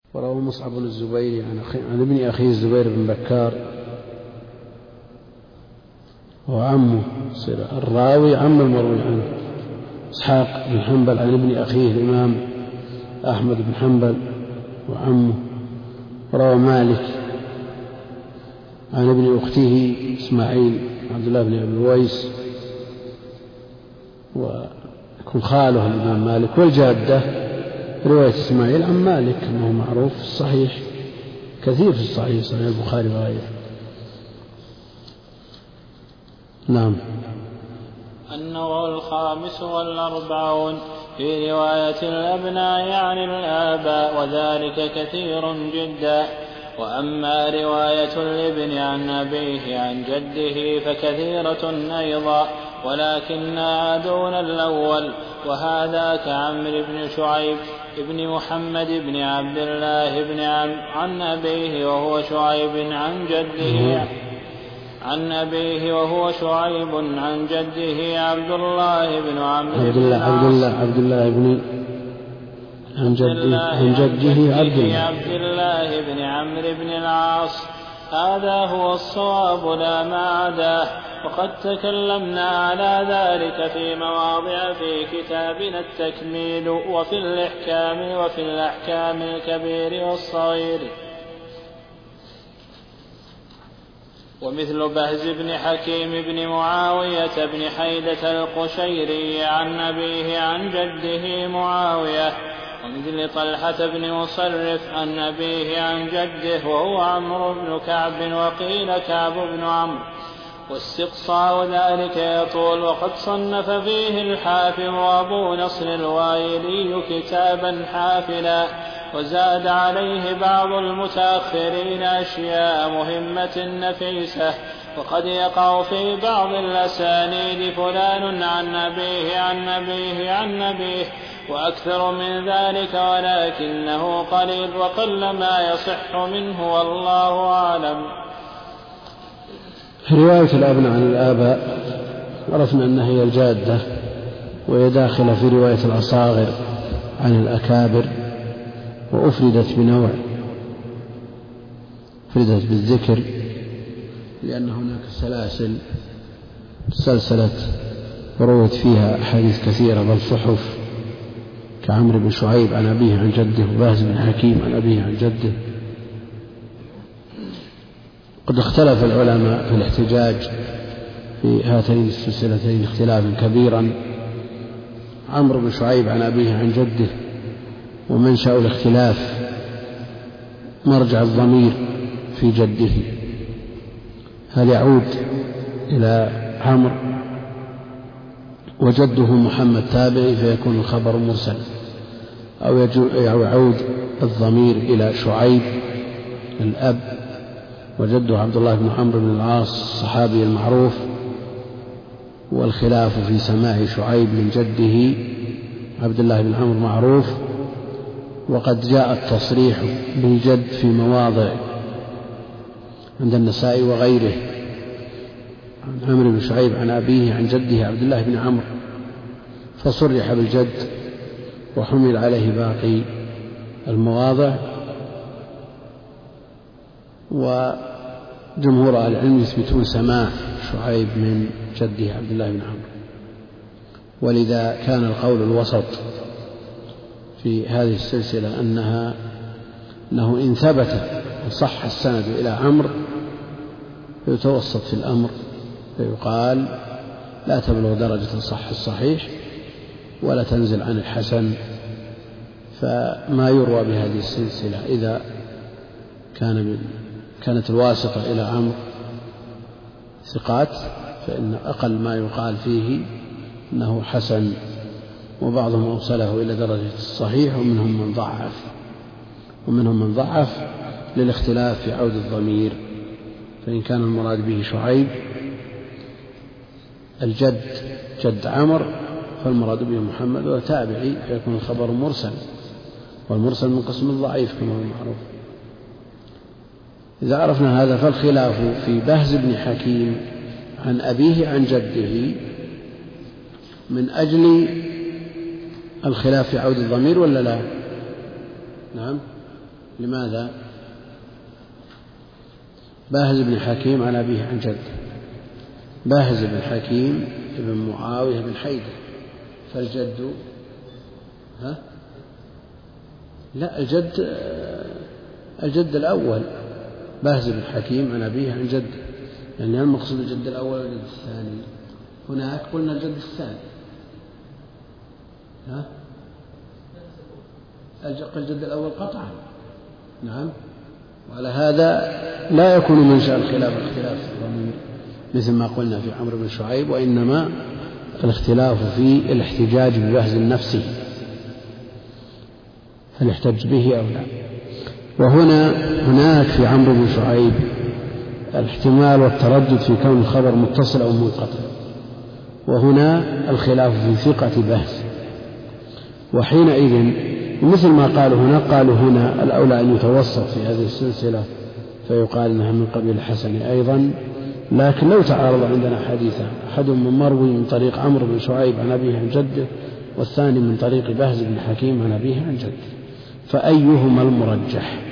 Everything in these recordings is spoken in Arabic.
وروى مصعب بن الزبير عن ابن أخيه الزبير بن بكار وعمه الراوي عم المروي عنه. إسحاق بن حنبل عن ابن أخيه الإمام أحمد بن حنبل وعمه. وروى مالك عن ابن أخته إسماعيل عبد الله بن أبي الويس ويكون خاله الإمام مالك. والجادة رواية إسماعيل عن مالك أنه معروف في الصحيح كثير في الصحيح، صحيح البخاري وغيره. نعم. النوع 45 في رواية الأبناء عن الآباء، وذلك كثير جدا. وأما رواية الابن عن أبيه عن جده فكثيرة أيضا، ولكنها دون الأول. وهذا كعمرو بن شعيب ابن محمد بن عبد الله بن عن أبيه وهو شعيب عن جده عن أبيه وهو شعيب عن جده عبد الله بن عمرو بن العاص عبد الله بن عن جده عبد الله بن عمرو بن العاص. هذا هو الصواب لا ما عداه، وقد تكلمنا على ذلك في مواضع في كتابنا التكميل وفي الأحكام الكبير والصغير. ومثل بهز بن حكيم بن معاوية بن حيدة القشيري عن أبيه عن جده معاوية، ومثل طلحة بن مصرف عن أبيه عن جده وهو عمرو بن كعب وقيل كعب بن عمرو. واستقصاء ذلك يطول، وقد صنف فيه الحافظ أبو نصر الوايلي كتابا حافلا، وزاد عليه بعض المتأخرين أشياء مهمة نفيسة. وقد يقع في بعض الأسانيد فلان عن أبيه عن أبيه عن أبيه وأكثر من ذلك، ولكنه قليل وقل ما يصح منه، والله أعلم. رواية الأبناء عن الآباء عرفنا أنها هي الجادة، وهي داخلة في رواية الأصاغر عن الأكابر، وأفردت بنوع، أفردت بالذكر لأن هناك سلسلة وروت فيها أحاديث كثيرة بل صحف، كعمرو بن شعيب عن أبيه عن جده، وبهز بن حكيم عن أبيه عن جده. قد اختلف العلماء في الاحتجاج في هاتين السلسلتين اختلافا كبيرا. عمرو بن شعيب عن أبيه عن جده، ومنشأ الاختلاف مرجع الضمير في جده، هل يعود إلى عمرو وجده محمد تابعي فيكون الخبر مرسل، أو يعود الضمير إلى شعيب الأب وجده عبد الله بن عمرو بن العاص الصحابي المعروف، والخلاف في سماع شعيب من جده عبد الله بن عمرو معروف. وقد جاء التصريح بالجد في مواضع عند النسائي وغيره عن عمرو بن شعيب عن أبيه عن جده عبد الله بن عمرو، فصرح بالجد وحمل عليه باقي المواضع. وجمهور أهل العلم يثبتون سماع شعيب من جده عبد الله بن عمرو، ولذا كان القول الوسط في هذه السلسلة أنه إن ثبت وصح السند إلى عمرو يتوسط في الأمر، فيقال لا تبلغ درجة الصح الصحيح ولا تنزل عن الحسن. فما يروى بهذه السلسلة إذا كانت الواسطة إلى عمرو ثقات، فإن أقل ما يقال فيه أنه حسن، وبعضهم أوصله إلى درجة الصحيح، ومنهم من ضعف للاختلاف في عود الضمير. فإن كان المراد به شعيب الجد جد عمرو فالمراد به محمد وتابعي، فيكون الخبر مرسل، والمرسل من قسم الضعيف كما هو معروف. إذا عرفنا هذا فالخلاف في بهز بن حكيم عن أبيه عن جده من أجل الخلاف في عود الضمير ولا لا؟ نعم، لماذا؟ باهز بن حكيم عن أبيه عن جد، باهز بن حكيم بن معاوية بن حيدة، فالجد لا، الجد الأول باهز بن حكيم عن أبيه عن جد، يعني المقصود الجد الأول والجد الثاني. هناك قلنا الجد الثاني، الجد الأول قطعا، نعم. وعلى هذا لا يكون منشأ الخلاف الاختلاف مثل ما قلنا في عمرو بن شعيب، وإنما الاختلاف في الاحتجاج ببهز نفسه، هل يحتج به أو لا. هناك في عمرو بن شعيب الاحتمال والتردد في كون الخبر متصل أو منقطع، وهنا الخلاف في ثقة بهز. وحينئذ مثل ما قالوا هنا الأولى أن يتوسط في هذه السلسلة فيقال أنها من قبيل الحسن أيضا. لكن لو تعارض عندنا حديثان، أحدهم مروي من طريق عمرو بن شعيب عن أبيه عن جده، والثاني من طريق بهز بن حكيم عن أبيه عن جده، فأيهما المرجح؟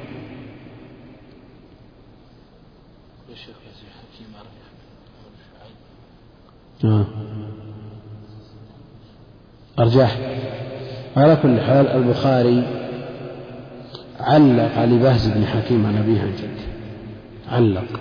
أرجح. على كل حال البخاري علق لبهز بن حكيم عن أبيه عن جده، علق،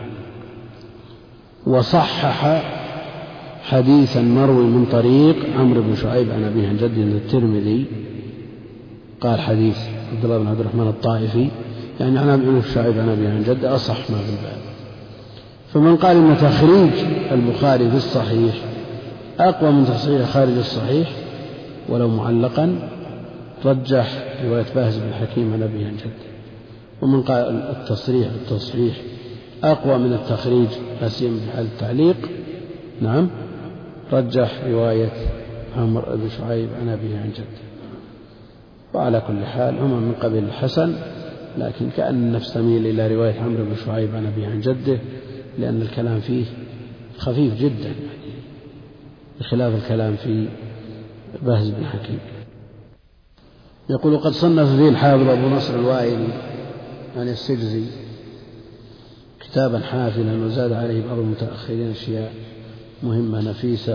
وصحح حديثا مروي من طريق عمرو بن شعيب عن أبيه عن جده الترمذي، قال حديث عبد الله بن عبد الرحمن الطائفي، يعني عن عمرو بن شعيب عن أبيه عن جده أصح ما في الباب. فمن قال إن تخريج البخاري في الصحيح أقوى من تصحيح خارج الصحيح ولو معلقا، رجح رواية باهز بن حكيم عن أبيه عن جده. ومن قال التصحيح أقوى من التخريج لا سيما في حال التعليق، نعم، رجح رواية عمرو بن شعيب عن أبيه عن جده. وعلى كل حال هما من قبيل الحسن، لكن كأن النفس تميل إلى رواية عمرو بن شعيب عن أبيه عن جده، لأن الكلام فيه خفيف جدا بخلاف الكلام في باهز بن حكيم. يقول قد صنف فيه الحافظ أبو نصر الوائلي عن السجزي كتابا حافلا، وزاد عليه بعض المتأخرين أشياء مهمة نفيسة.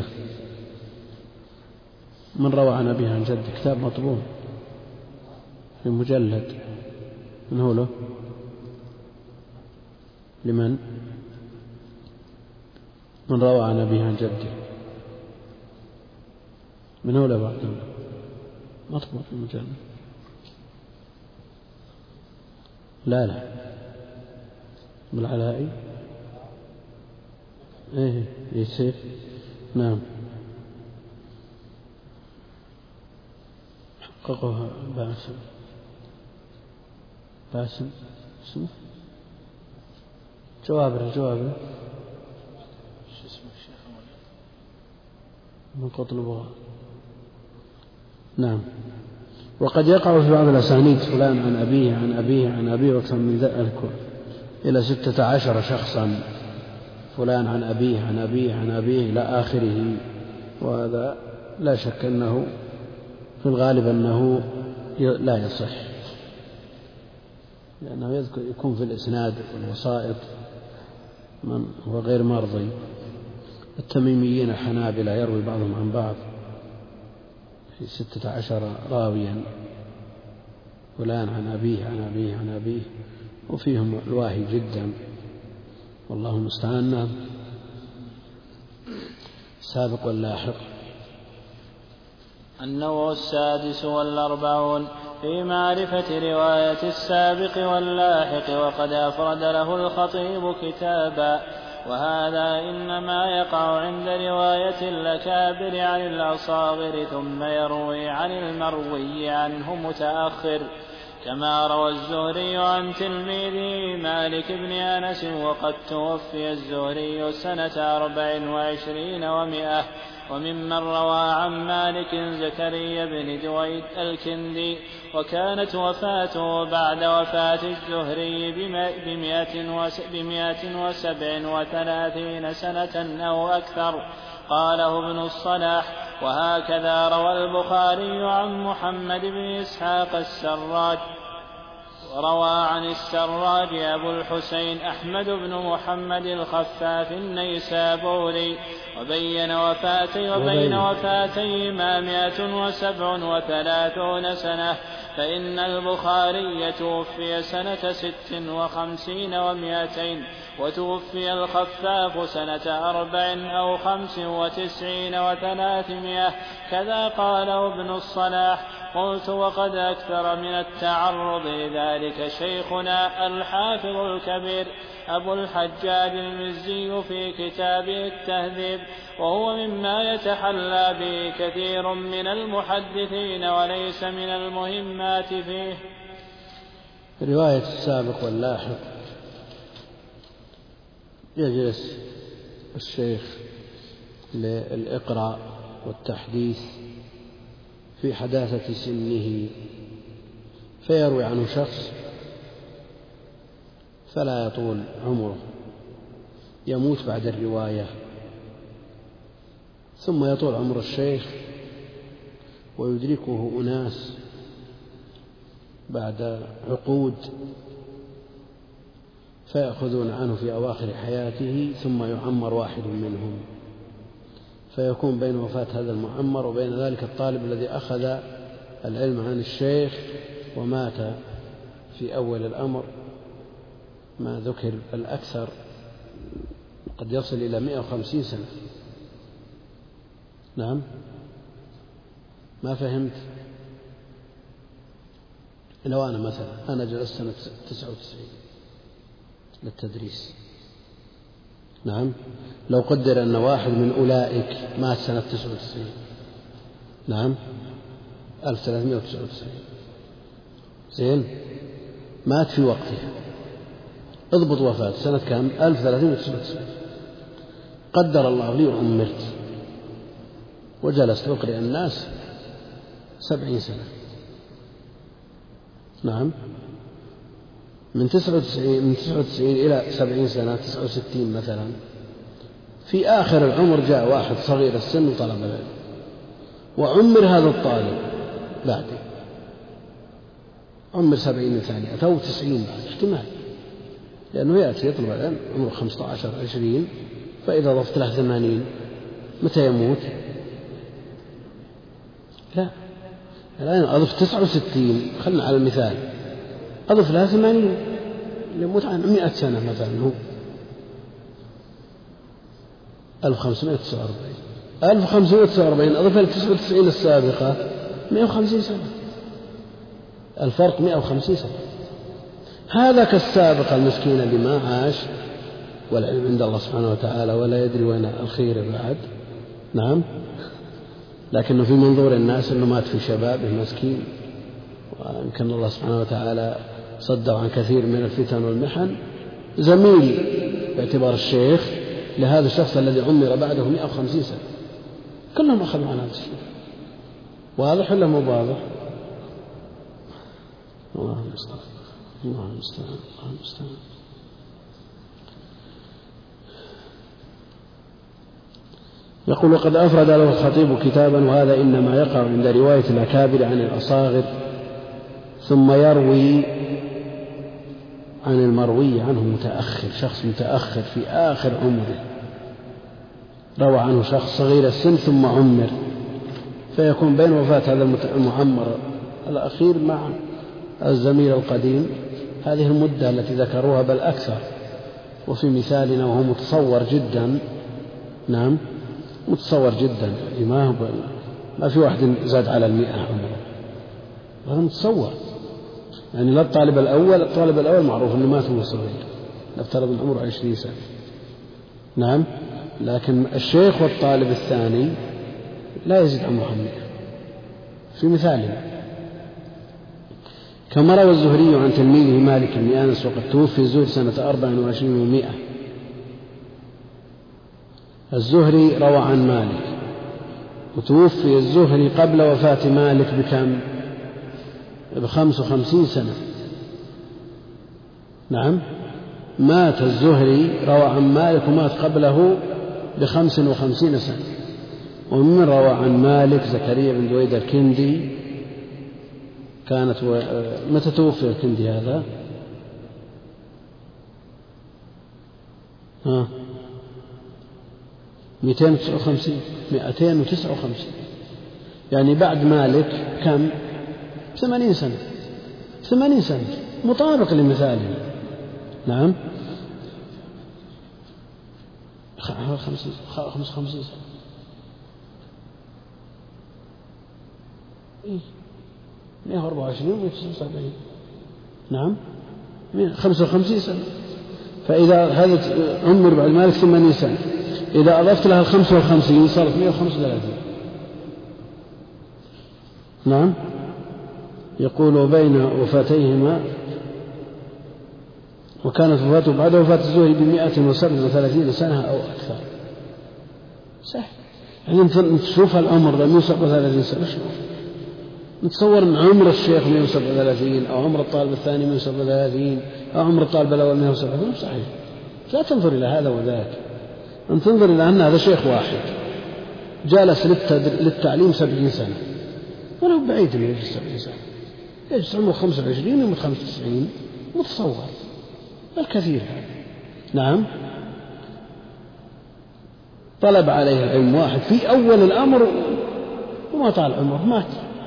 من روى عن أبيه عن جد، كتاب مطبوع في مجلد، من هو له؟ لمن؟ من روى عن أبيه عن جده، من هو له؟ بعد مطبوع في مجلد. لا بالعلائي، يسير، نعم، حققها باسم اسمه جوابر شو اسمه الشيخ من قطلبها، نعم. وقد يقع في بعض الأسانيد فلان عن أبيه عن أبيه عن أبيه، وأكثر من ذلك إلى 16 شخصا، فلان عن أبيه عن أبيه عن أبيه إلى آخره. وهذا لا شك أنه في الغالب أنه لا يصح، لأنه يكون في الإسناد والوسائط من هو غير مرضي. التميميين الحنابلة يروي بعضهم عن بعض في 16 راويا، فلان عن أبيه عن أبيه عن أبيه، وفيهم الواهي جدا، والله المستعان. سابق واللاحق. النوع 46 في معرفة رواية السابق واللاحق، وقد أفرد له الخطيب كتابا، وهذا إنما يقع عند رواية الأكابر عن الأصاغر، ثم يروي عن المروي عنه متأخر، كما روى الزهري عن تلميذه مالك بن أنس، وقد توفي الزهري سنة 24 و100. وممن روى عن مالك زكريا بن دويد الكندي، وكانت وفاته بعد وفاة الزهري 137 سنة أو أكثر، قاله ابن الصلاح. وهكذا روى البخاري عن محمد بن إسحاق السراج وروى عن السراج أبو الحسين أحمد بن محمد الخفاف النيسابوري وبين وفاتيهما 137 سنة، فإن البخاري توفي سنة 56 و200، وتوفي الخفاف سنة 40 أو 95 و300. كذا قاله ابن الصلاح. قلت: وقد أكثر من التعرض لذلك شيخنا الحافظ الكبير أبو الحجاج المزي في كتابه التهذيب، وهو مما يتحلى به كثير من المحدثين وليس من المهمات فيه. رواية السابق واللاحق يجلس الشيخ للإقراء والتحديث في حداثة سنه، فيروي عنه شخص فلا يطول عمره، يموت بعد الرواية، ثم يطول عمر الشيخ ويدركه أناس بعد عقود فيأخذون عنه في أواخر حياته، ثم يعمر واحد منهم، فيكون بين وفاة هذا المعمر وبين ذلك الطالب الذي أخذ العلم عن الشيخ ومات في أول الأمر ما ذكر، الأكثر قد يصل إلى 150 سنة. نعم، ما فهمت. لو أنا مثلا أنا جلست سنة 99 للتدريس، نعم، لو قدر أن واحد من أولئك مات سنة 99، نعم، 1399، زين، مات في وقتها، اضبط وفاة سنة كام؟ 1399. قدر الله لي وعمرت وجلست أقرئ الناس 70 سنة، نعم، من 99 إلى 70 سنة، 69 مثلا. في آخر العمر جاء واحد صغير السن وطلب العلم وعمر هذا الطالب بعده، عمر 70 ثانية أو 90 بعد احتمال، لأنه يأتي يطلب العلم عمره 15 20، فإذا ضفت له 80 متى يموت؟ لا، الآن أضف 69، خلنا على المثال، أضف لها 80 يموت عن 100 سنة مثلا، هو 1549 أضف إلى 99 السابقة 150 سنة، الفرق 150 سنة. هذا كالسابق المسكين اللي ما عاش والعلم عند الله سبحانه وتعالى ولا يدري وين الخير بعد، نعم، لكنه في منظور الناس أنه مات في شبابه مسكين، ويمكن الله سبحانه وتعالى صده عن كثير من الفتن والمحن، زميل باعتبار الشيخ لهذا الشخص الذي عمر بعده 150 سنة، كلهم أخذوا عن هذا الشيء. واضح ولا مو واضح؟ الله المستعان، الله المستعان، الله المستعان. يقول: وقد أفرد له الخطيب كتابا، وهذا إنما يقع عند رواية الأكابر عن الأصاغر، ثم يروي عن المروي عنه متأخر، شخص متأخر في آخر عمره، روى عنه شخص صغير السن ثم عمر، فيكون بين وفاة هذا المعمر الأخير مع الزميل القديم هذه المدة التي ذكروها بل أكثر. وفي مثالنا وهو متصور جدا، نعم، متصور جدا، يعني ما في واحد زاد على 100 عمره، هذا متصور، يعني لا الطالب الأول معروف أنه مات وهو صغير، نفترض أن عمره 20 سنة، نعم، لكن الشيخ والطالب الثاني لا يزيد عمره 100 في مثالنا. كما روى الزهري عن تلميذه مالك بن أنس وقد توفي الزهري سنة 24 و100. الزهري روى عن مالك، وتوفي الزهري قبل وفاة مالك بكم؟ ب55 سنة، نعم، مات الزهري روى عن مالك ومات قبله ب55 سنة. ومن روى عن مالك زكريا بن دويد الكندي كانت متى توفي الكندي هذا؟ 259 يعني بعد مالك كم؟ 80 سنة، 80 سنة مطابق لمثاله. نعم 55 سنة 124 و79. نعم 55 سنة. فإذا هذا عمر بعد مالك 80 سنة، إذا أضفت لها 55 صارت 135. نعم يقول بين وفاتيهما، وكانت وفاته بعد وفاة الزهري 137 سنة أو أكثر. صح، يعني تشوف العمر 137 سنة، نتصور أن عمر الشيخ 137 أو عمر الطالب الثاني 137 أو عمر الطالب الأول 137. صحيح، لا تنظر إلى هذا وذاك، أن تنظر إلى أن هذا شيخ واحد جالس للتعليم 70 سنة، ولو بعيد من يجلس 70 سنة، يجلس عمره 25 يموت 95، متصور الكثير. نعم طلب عليه العلم واحد في أول الأمر وما طال عمره مات،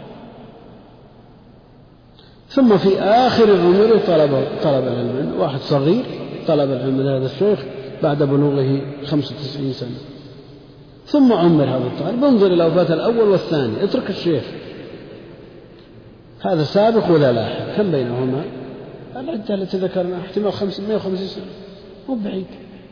ثم في آخر عمره طلب العلم. واحد صغير طلب العلم من هذا الشيخ بعد بلوغه 95 سنة، ثم عمر هذا الطالب. انظر إلى وفاة الأول والثاني، اترك الشيخ، هذا سابق ولا لاحق، كم بينهما؟ العدة التي ذكرنا احتمال 150 سنة، مو بعيد.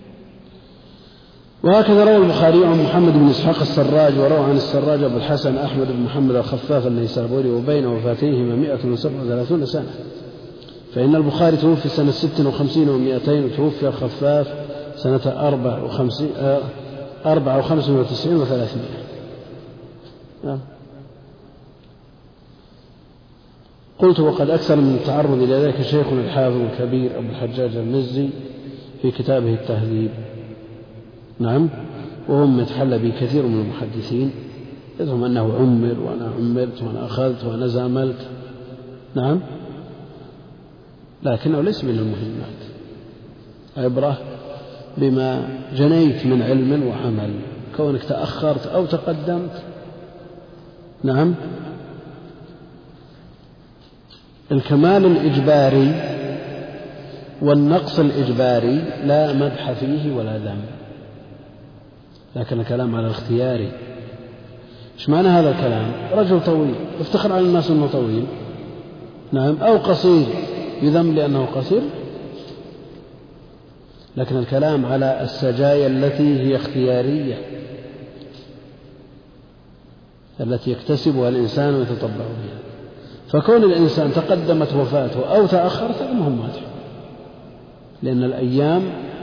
وهكذا روى البخاري عن محمد بن إسحاق السراج، وروى عن السراج أبو الحسن أحمد بن محمد الخفاف النيسابوري، وبين وفاتيهما 137 سنة، فإن البخاري توفي سنة 56 و200، وتوفي الخفاف سنة 54 و300. قلت وقد أكثر من التعرض إلى ذلك شيخنا الحافظ الكبير أبو الحجاج المزي في كتابه التهذيب. نعم، وهم يتحلى به كثير من المحدثين، يزعم أنه عمر وأنا عمرت وأنا أخذت وأنا زاملت. نعم، لكنه ليس من المهمات، عبرة بما جنيت من علم وعمل، كونك تأخرت أو تقدمت. نعم، الكمال الإجباري والنقص الإجباري لا مدح فيه ولا ذم، لكن الكلام على الاختياري. إيش معنى هذا الكلام؟ رجل طويل يفتخر على الناس أنه طويل، نعم، أو قصير يذم لأنه قصير، لكن الكلام على السجايا التي هي اختيارية، التي يكتسبها الإنسان ويتطبع بها. فكون الإنسان تقدمت وفاته أو تأخرت هذا مهم مدح، لأن الأيام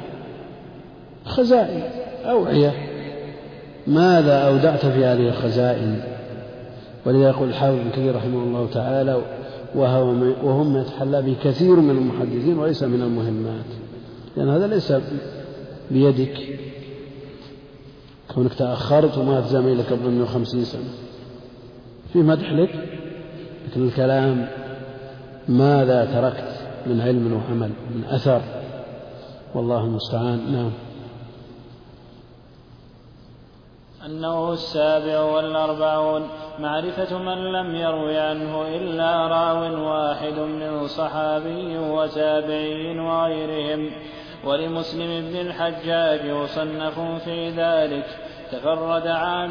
خزائن أوعية، ماذا أودعت في هذه الخزائن؟ ولذا يقول الحافظ ابن كثير رحمه الله تعالى وهم يتحلى به كثير من المحدثين وليس من المهمات، لأن هذا ليس بيدك، كونك تأخرت ومات زميلك قبل 150 سنة في مدح لك، لكن الكلام ماذا تركت من علم وعمل من أثر، والله المستعان. نعم. أنه 47 معرفة من لم يروي عنه إلا راو واحد من صحابي وتابعي وغيرهم. ولمسلم بن الحجاج مصنف في ذلك. تفرد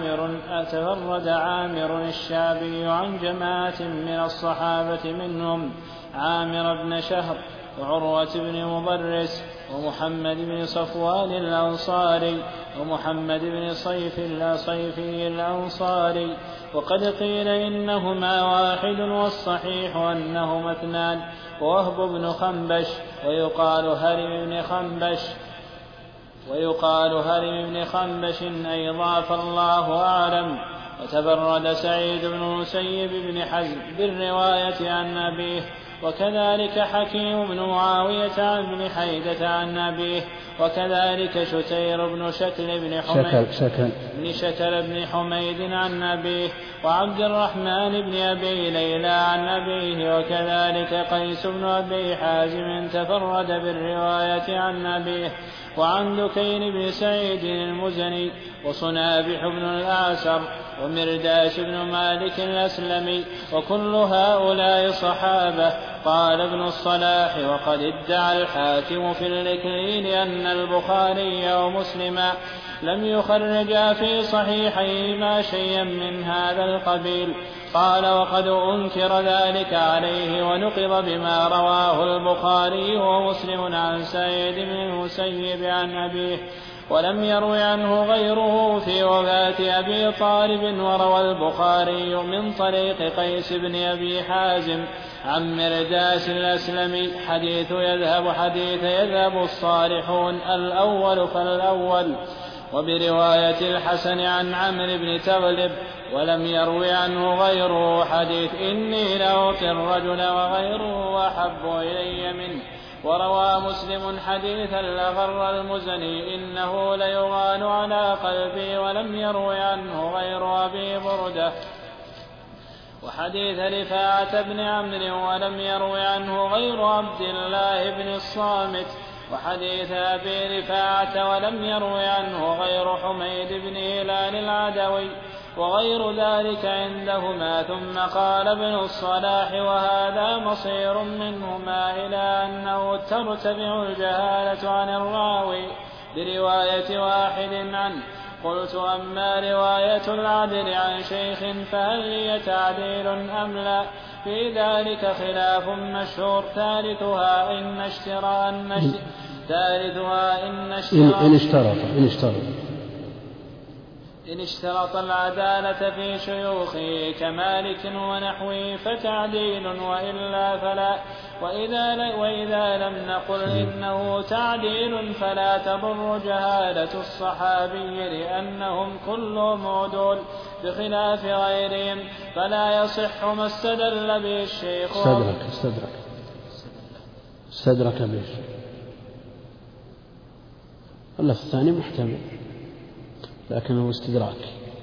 عامر الشعبي عن جماعة من الصحابة منهم عامر بن شهر وعروة بن مبرس ومحمد بن صفوان الأنصاري ومحمد بن صيفي الأنصاري، وقد قيل إنهما واحد والصحيح أنهما اثنان، ووهب بن خنبش ويقال هرم بن خنبش أيضا، فالله أعلم. وتبرد سعيد بن المسيب بن حزم بالرواية عن أبيه وكذلك حكيم بن معاوية عن ابن حيدة عن أبيه، وكذلك شتير بن شكل بن حميد عن أبيه، وعبد الرحمن بن أبي ليلى عن أبيه، وكذلك قيس بن أبي حازم تفرد بالرواية عن أبيه، وعن دكين بن سعيد المزني، وصنابح بن الأعسر، ومرداس بن مالك الأسلمي، وكل هؤلاء صحابة. قال ابن الصلاح: وقد ادعى الحاكم في الإكليل أن البخاري ومسلما لم يخرجا في صحيحيهما شيئا من هذا القبيل. قال: وقد أنكر ذلك عليه، ونقض بما رواه البخاري ومسلم عن سعيد بن المسيب عن أبيه، ولم يروي عنه غيره في وفاة أبي طالب. وروى البخاري من طريق قيس بن أبي حازم عن مرداس الأسلمي حديث يذهب الصالحون الأول فالأول، وبرواية الحسن عن عمرو بن تغلب، ولم يروي عنه غيره حديث إني لأعطي الرجل وغيره أحب إلي منه. وروى مسلم حديث الأغر المزني إنه ليغان على قلبي، ولم يروي عنه غير أبي بردة. وحديث رفاعة بن عمرو ولم يروي عنه غير عبد الله بن الصامت، وحديث أبي رفاعة ولم يروي عنه غير حميد بن هلال العدوي، وغير ذلك عندهما. ثم قال ابن الصلاح: وهذا مصير منهما إلى أنه ترتفع الجهالة عن الراوي برواية واحد عنه. قلت: أما رواية العدل عن شيخ فهل هي تعديل أم لا؟ في ذلك خلاف مشهور. ثالثها إن اشترط العدالة في شيوخه كمالك ونحوه فتعديل، وإلا فلا. وإذا لم نقل إنه تعديل فلا تضر جهالة الصحابي، لأنهم كلهم عدول بخلاف غيرهم، فلا يصح ما استدل به الشيخ. استدرك به اللفظ الثاني محتمل، لكنه استدراك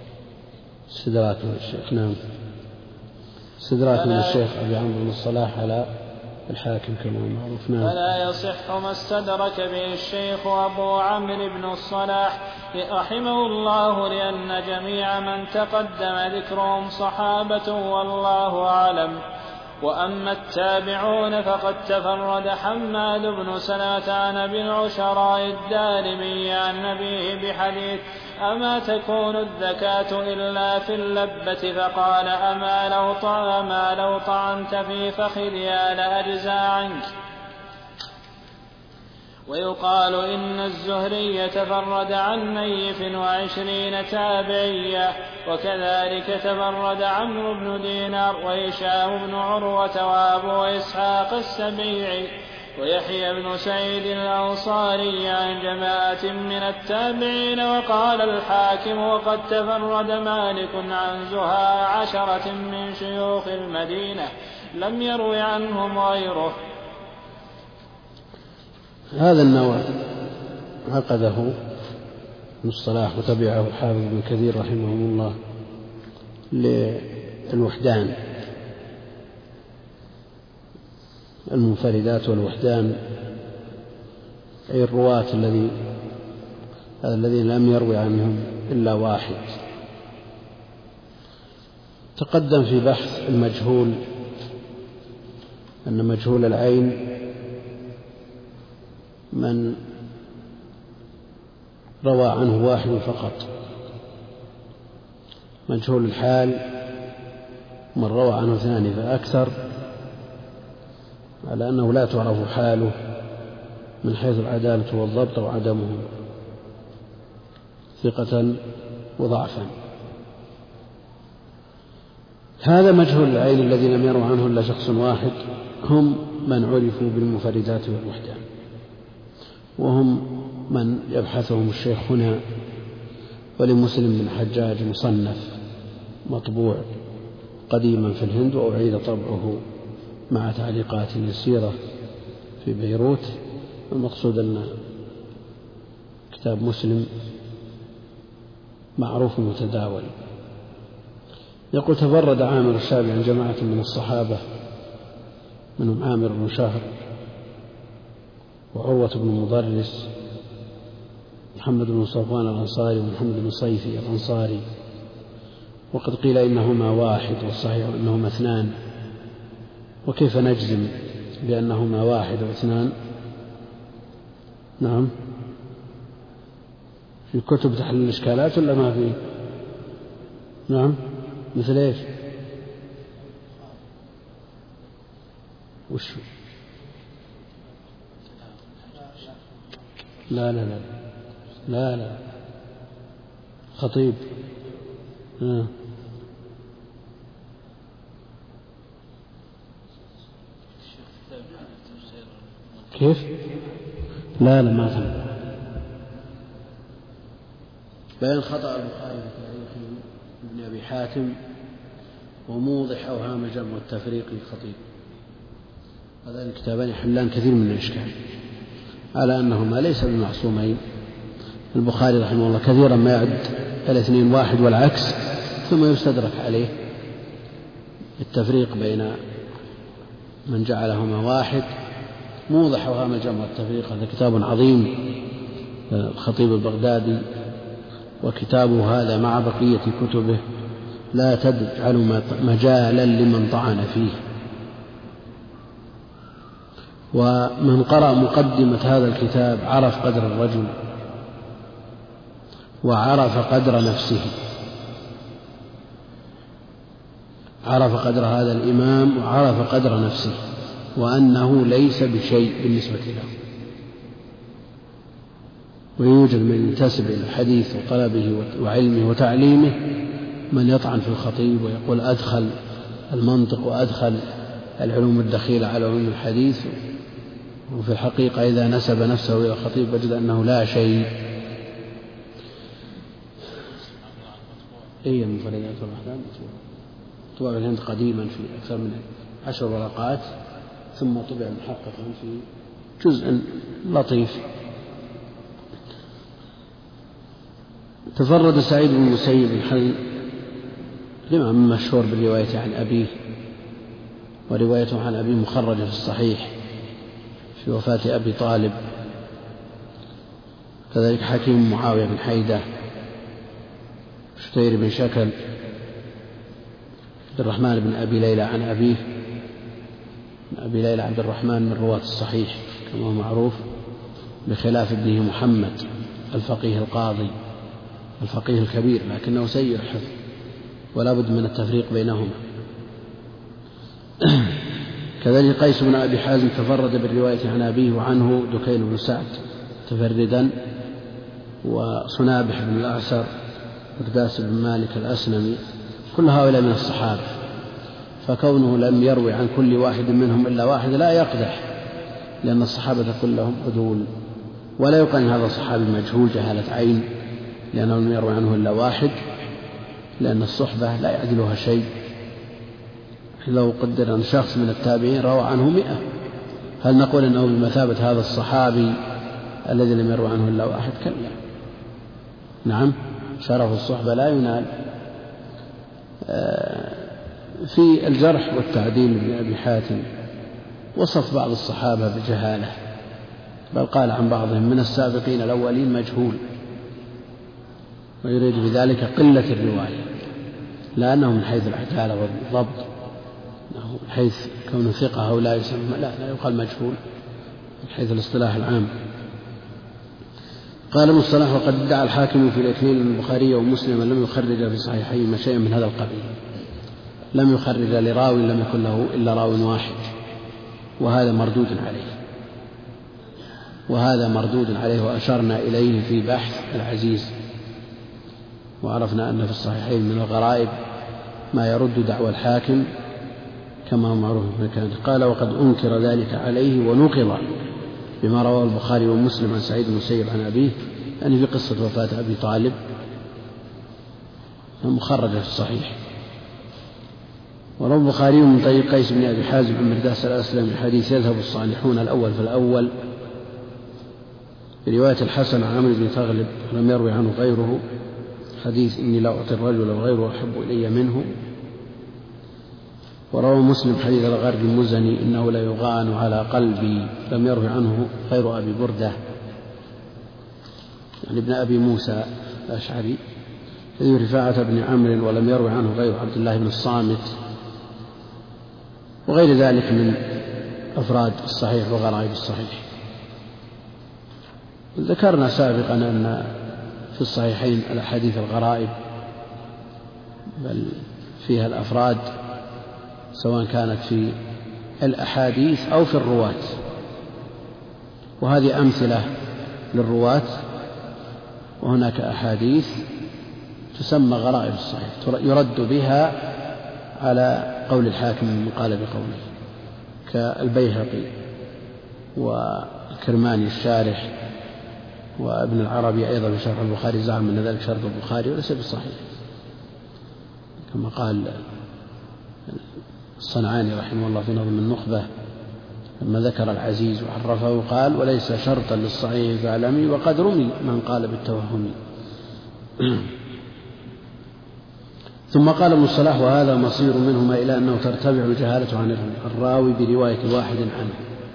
من الشيخ. نعم، استدراك من الشيخ أبي عمرو بن الصلاح على الحاكم كما معروف. نعم. فلا يصح ما استدرك به الشيخ أبو عمرو بن الصلاح رحمه الله، لأن جميع من تقدم ذكرهم صحابة والله أعلم. وأما التابعون فقد تفرد حماد بن سلمة عن أبي العشراء الدارمي عن أبيه بحديث: أما تكون الزكاة إلا في اللبة؟ فقال: أما لو طعنت في فخذها لأجزى عنك. ويقال إن الزهري تفرد عن نيف 20 تابعيا، وكذلك تفرد عمرو بن دينار وهشام بن عروة وأبو إسحاق السبيعي ويحيى بن سعيد الأنصاري عن جماعة من التابعين. وقال الحاكم: وقد تفرد مالك عن زهاء 10 من شيوخ المدينة لم يروي عنهم غيره. هذا النوع عقده ابن الصلاح وتبعه الحافظ بن كثير رحمه الله للوحدان، المنفردات والوحدان، أي الرواة الذين لم يروي عنهم إلا واحد. تقدم في بحث المجهول أن مجهول العين من روى عنه واحد فقط، مجهول الحال من روى عنه 2 فأكثر، على أنه لا تعرف حاله من حيث العدالة والضبط وعدمه، ثقة وضعفا. هذا مجهول العين الذي لم يروا عنه إلا شخص واحد، هم من عرفوا بالمفردات والوحدان، وهم من يبحثهم الشيخ هنا. ولمسلم بن حجاج مصنف مطبوع قديما في الهند وأعيد طبعه مع تعليقات يسيرة في بيروت. المقصود أن كتاب مسلم معروف متداول. يقول: تفرد عامر الشعبي عن جماعة من الصحابة منهم عامر بن شهر وعروة بن مضرس محمد بن صفوان الأنصاري ومحمد بن صيفي الأنصاري، وقد قيل إنهما واحد والصحيح أنهما اثنان. وكيف نجزم بأنهما واحد واثنان؟ نعم، في كتب تحليل الإشكالات ولا ما في؟ نعم، مثل إيش؟ وش؟ لا لا لا لا لا خطيب. كيف؟ لا لا ما في. بيان خطأ البخاري في تاريخ ابن أبي حاتم وموضح أوهام الجمع والتفريق للخطيب. هذان الكتابان يحلان كثير من الإشكال على أنهما ليس بمعصومين. البخاري رحمه الله كثيرا ما يعد الاثنين واحد والعكس، ثم يستدرك عليه التفريق بين من جعلهما واحد. موضح أوهام الجمع والتفريق هذا كتاب عظيم الخطيب البغدادي، وكتابه هذا مع بقية كتبه لا تجعل مجالا لمن طعن فيه. ومن قرأ مقدمة هذا الكتاب عرف قدر الرجل وعرف قدر نفسه، عرف قدر هذا الإمام وعرف قدر نفسه، وأنه ليس بشيء بالنسبة له. ويوجد من ينتسب إلى الحديث وطلبه وعلمه وتعليمه من يطعن في الخطيب ويقول أدخل المنطق وأدخل العلوم الدخيلة على علوم الحديث، وفي الحقيقة إذا نسب نفسه إلى الخطيب وجد أنه لا شيء. إيه من فريدات الرحمن طبع الهند قديما في أكثر من 10 ورقات، ثم طبع محققا في جزء لطيف. تفرد سعيد بن المسيب الحل الإمام مشهور بالرواية عن أبيه، وروايته عن أبيه مخرجة في الصحيح في وفاة أبي طالب. كذلك حكيم معاوية بن حيدة، شتير بن شكل، عبد الرحمن بن أبي ليلى عن أبيه. أبي ليلى عبد الرحمن من رواة الصحيح كما هو معروف، بخلاف ابنه محمد الفقيه القاضي الفقيه الكبير، لكنه سيء الحفظ ولا بد من التفريق بينهما. كذلك قيس بن أبي حازم تفرد بالرواية عن أبيه، وعنه دكين بن سعد تفردا، وصنابح بن الأعسر، مرداس بن مالك الأسلمي، كل هؤلاء من الصحابة. فكونه لم يروي عن كل واحد منهم إلا واحد لا يقدح، لأن الصحابة كلهم عدول، ولا يقال هذا صحابي مجهول جهالة عين لأنه لم يروي عنه إلا واحد، لأن الصحبة لا يعدلها شيء. لو قدر أن شخص من التابعين روى عنه 100، هل نقول أنه بمثابة هذا الصحابي الذي لم يروي عنه إلا واحد؟ كلا. نعم، شرف الصحبة لا ينال. في الجرح والتعديل بن أبي حاتم وصف بعض الصحابة بجهالة، بل قال عن بعضهم من السابقين الأولين مجهول، ويريد بذلك قلة الرواية، لا أنه من حيث العدالة والضبط، أنه من حيث كون ثقة أو لا يسمى، لا يقال مجهول من حيث الاصطلاح العام. قال ابن الصلاح: وقد ادعى الحاكم في الاثنين أن البخاري ومسلم لم يخرج في صحيحيهما شيئا من هذا القبيل، لم يخرج لراو لم يكن له إلا راو واحد، وهذا مردود عليه وأشرنا إليه في بحث العزيز، وعرفنا أن في الصحيحين من الغرائب ما يرد دعوى الحاكم كما هو معروف في مكانه. قال: وقد أنكر ذلك عليه ونقض بما رواه البخاري ومسلم عن سعيد بن المسيب عن أبيه، يعني في قصة وفاة أبي طالب مخرجة في الصحيح. وروى البخاري من طريق قيس بن أبي حازم بن مرداس الأسلمي حديث يذهب الصالحون الأول فالأول برواية الحسن عن عمرو بن تغلب لم يروي عنه غيره حديث إني لا أعطي الرجل وغيره أحب إلي منه. وروى مسلم حديث الغار المزني إنه لا يغان على قلبي لم يروي عنه غير أبي بردة يعني ابن أبي موسى الأشعري حديث رفاعة بن عمرو ولم يروي عنه غير عبد الله بن الصامت وغير ذلك من أفراد الصحيح وغرائب الصحيح. ذكرنا سابقا أن في الصحيحين الأحاديث الغرائب بل فيها الأفراد سواء كانت في الأحاديث أو في الرواة، وهذه أمثلة للرواة. وهناك أحاديث تسمى غرائب الصحيح يرد بها على قول الحاكم من قال بقوله كالبيهقي والكرماني الشارح وابن العربي أيضا في شرح البخاري زعم أن ذلك شرط البخاري وليس بالصحيح، كما قال الصنعاني رحمه الله في نظم النخبة لما ذكر العزيز وعرفه قال وليس شرطا للصحيح فاعلمي وقد رمي من قال بالتوهم. ثم قال ابن الصلاح وهذا مصير منهما إلى أنه ترتفع الجهالة عن الراوي برواية واحد عنه،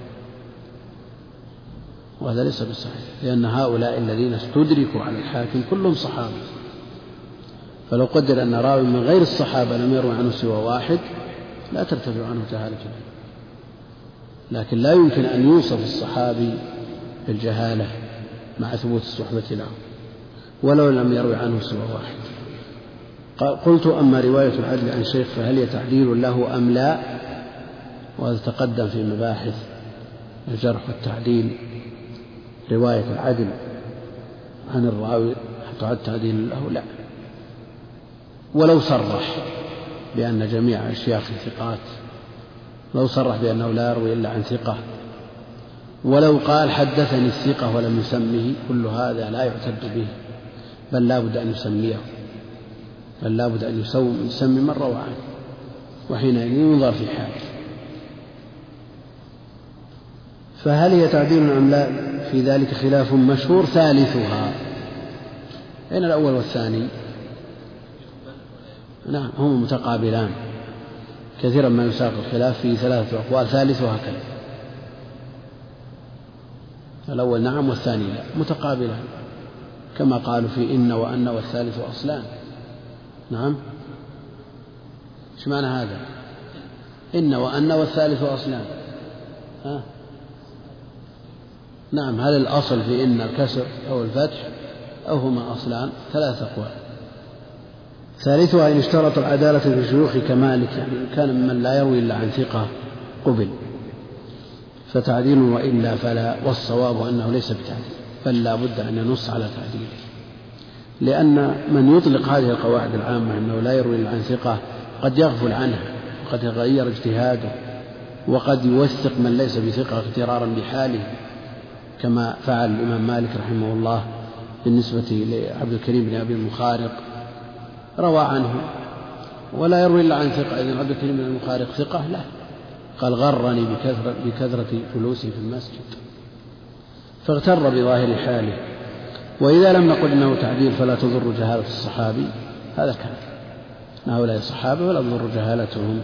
وهذا ليس بالصحيح لأن هؤلاء الذين استدركوا على الحاكم كلهم صحابة، فلو قدر أن راوي من غير الصحابة لم يروي عنه سوى واحد لا ترتفع عنه جهالة، لكن لا يمكن أن يوصف الصحابي بالجهالة مع ثبوت الصحبة له ولو لم يروي عنه سوى واحد. قلت أما رواية العدل عن شيخ فهل هي تعديل له أم لا؟ وهذا تقدم في مباحث الجرح والتعديل. رواية العدل عن الراوي تعد تعديل له؟ لا، ولو صرح بأن جميع أشياخ ثقات، لو صرح بأنه لا يروي إلا عن ثقة، ولو قال حدثني الثقة ولم يسمه، كل هذا لا يعتد به، بل لا بد أن يسميه، بل لا بد أن يسمي من روى عنه، وحينئذ ينظر في حاله. فهل هي تعديل أم لا؟ في ذلك خلاف مشهور ثالثها. أين الأول والثاني؟ نعم هم متقابلان، كثيرا ما يساق الخلاف في ثلاثة أقوال ثالثها كذا، الأول نعم والثاني لا، متقابلان كما قالوا في إن وأن والثالث أصلان. نعم، ايش معنى هذا؟ إن وأن والثالث أصلان. نعم، هل الأصل في إن الكسر أو الفتح أو هما أصلان؟ ثلاثة أقوال. ثالثها إن اشترط العدالة في الشيوخ كمالك، يعني كان ممن لا يروي إلا عن ثقة قبل فتعديل، وإلا فلا، والصواب أنه ليس بتعديل بل لا بد أن ينص على تعديله، لأن من يطلق هذه القواعد العامة أنه لا يروي إلا عن ثقة قد يغفل عنها وقد يغير اجتهاده وقد يوثق من ليس بثقة اغترارا بحاله، كما فعل الإمام مالك رحمه الله بالنسبة لعبد الكريم بن أبي المخارق، روى عنه ولا يروي إلا عن ثقة. إذن عبد الكريم بن المخارق ثقة؟ لا، قال غرني بكثرة جلوسي في المسجد، فاغتر بظاهر حاله. وإذا لم نقل إنه تعديل فلا تضر جهالة الصحابي، هذا كلام، هؤلاء الصحابة ولا تضر جهالتهم،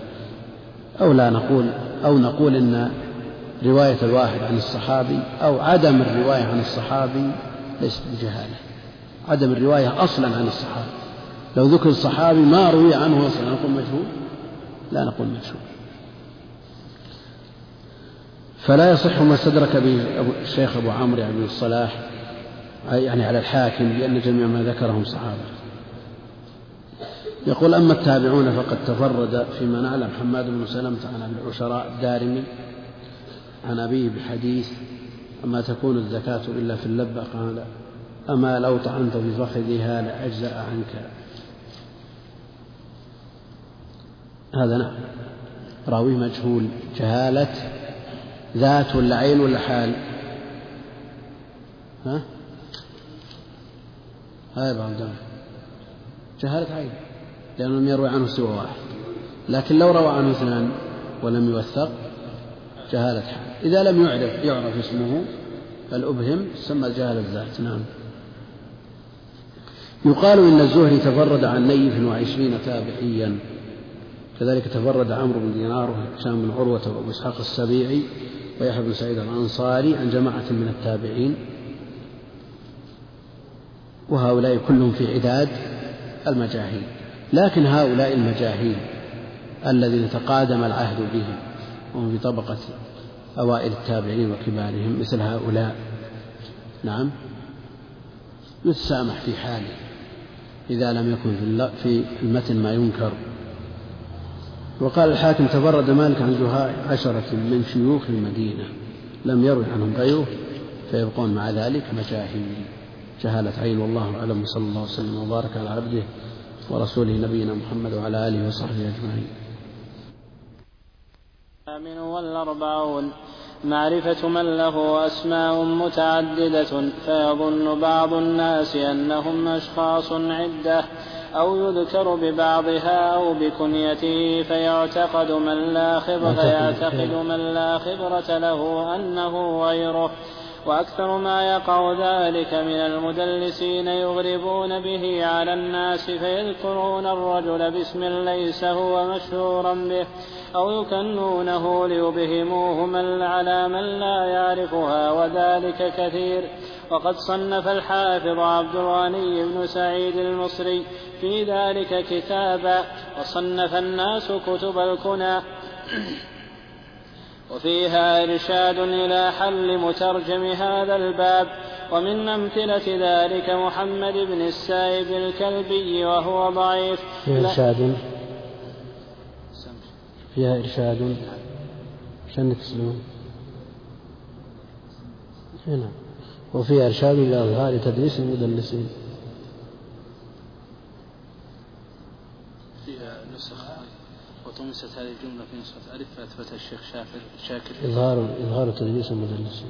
أو نقول إن رواية الواحد عن الصحابي أو عدم الرواية عن الصحابي ليست بجهالة، عدم الرواية أصلا عن الصحابي. لو ذكر الصحابي ما روي عنه أصلا نقول مجهول؟ لا نقول مجهول. فلا يصح ما استدرك به الشيخ أبو عمرو بن الصلاح يعني على الحاكم بأن جميع ما ذكرهم صحابة. يقول أما التابعون فقد تفرد فيما نعلم حماد بن سلمة عن أبي العشراء الدارمي عن أبيه بحديث أما تكون الزكاة إلا في اللبة، قال أما لو طعنت بفخذها لأجزأ عنك. هذا نعم راوي مجهول، جهالة ذات ولا عين ولا حال؟ هذا بعض جهالة عين، لأنه لم يروي عنه سوى واحد. لكن لو روى عنه اثنان ولم يوثق جهالة حال. إذا لم يعرف اسمه فالأبهم سمى جهالة ذات. نعم. يقال إن الزهري تفرد عن نيف 20 تابعيا، كذلك تفرد عمرو بن دينار وهشام بن عروة وأبو إسحاق السبيعي ويحيى بن سعيد الأنصاري عن جماعة من التابعين، وهؤلاء كلهم في عداد المجاهيل. لكن هؤلاء المجاهيل الذين تقادم العهد بهم وهم في طبقة أوائل التابعين وكبارهم مثل هؤلاء، نعم، يتسامح في حاله إذا لم يكن في المتن ما ينكر. وقال الحاكم تفرد مالك عن 10 من شيوخ المدينة لم يروي عنهم غيره، فيبقون مع ذلك مجاهيل جهالة عين. والله أعلم، صلى الله وسلم وبارك على عبده ورسوله نبينا محمد وعلى آله وصحبه أجمعين. 48 معرفة من له أسماء متعددة، فيظن بعض الناس أنهم أشخاص عدة، أو يذكر ببعضها أو بكنيته، فيعتقد من لا خبرة له أنه غيره. وأكثر ما يقع ذلك من المدلسين يغربون به على الناس، فيذكرون الرجل باسم ليس هو مشهورا به، أو يكنونه ليبهموه على من لا يعرفها، وذلك كثير. وقد صنف الحافظ عبد الغني بن سعيد المصري في ذلك كتابا، وصنف الناس كتب الكنى، وفيها إرشاد إلى حل مترجم هذا الباب. ومن أمثلة ذلك محمد بن السائب الكلبي وهو ضعيف. فيها إرشاد عشان تسلمون هنا، وفيها إرشاد إلى إظهار تدريس المدلسين. فيها نسخ وطمست هذه الجملة في نسخة ألف فأثبت الشيخ شاكر إظهار تدريس المدلسين.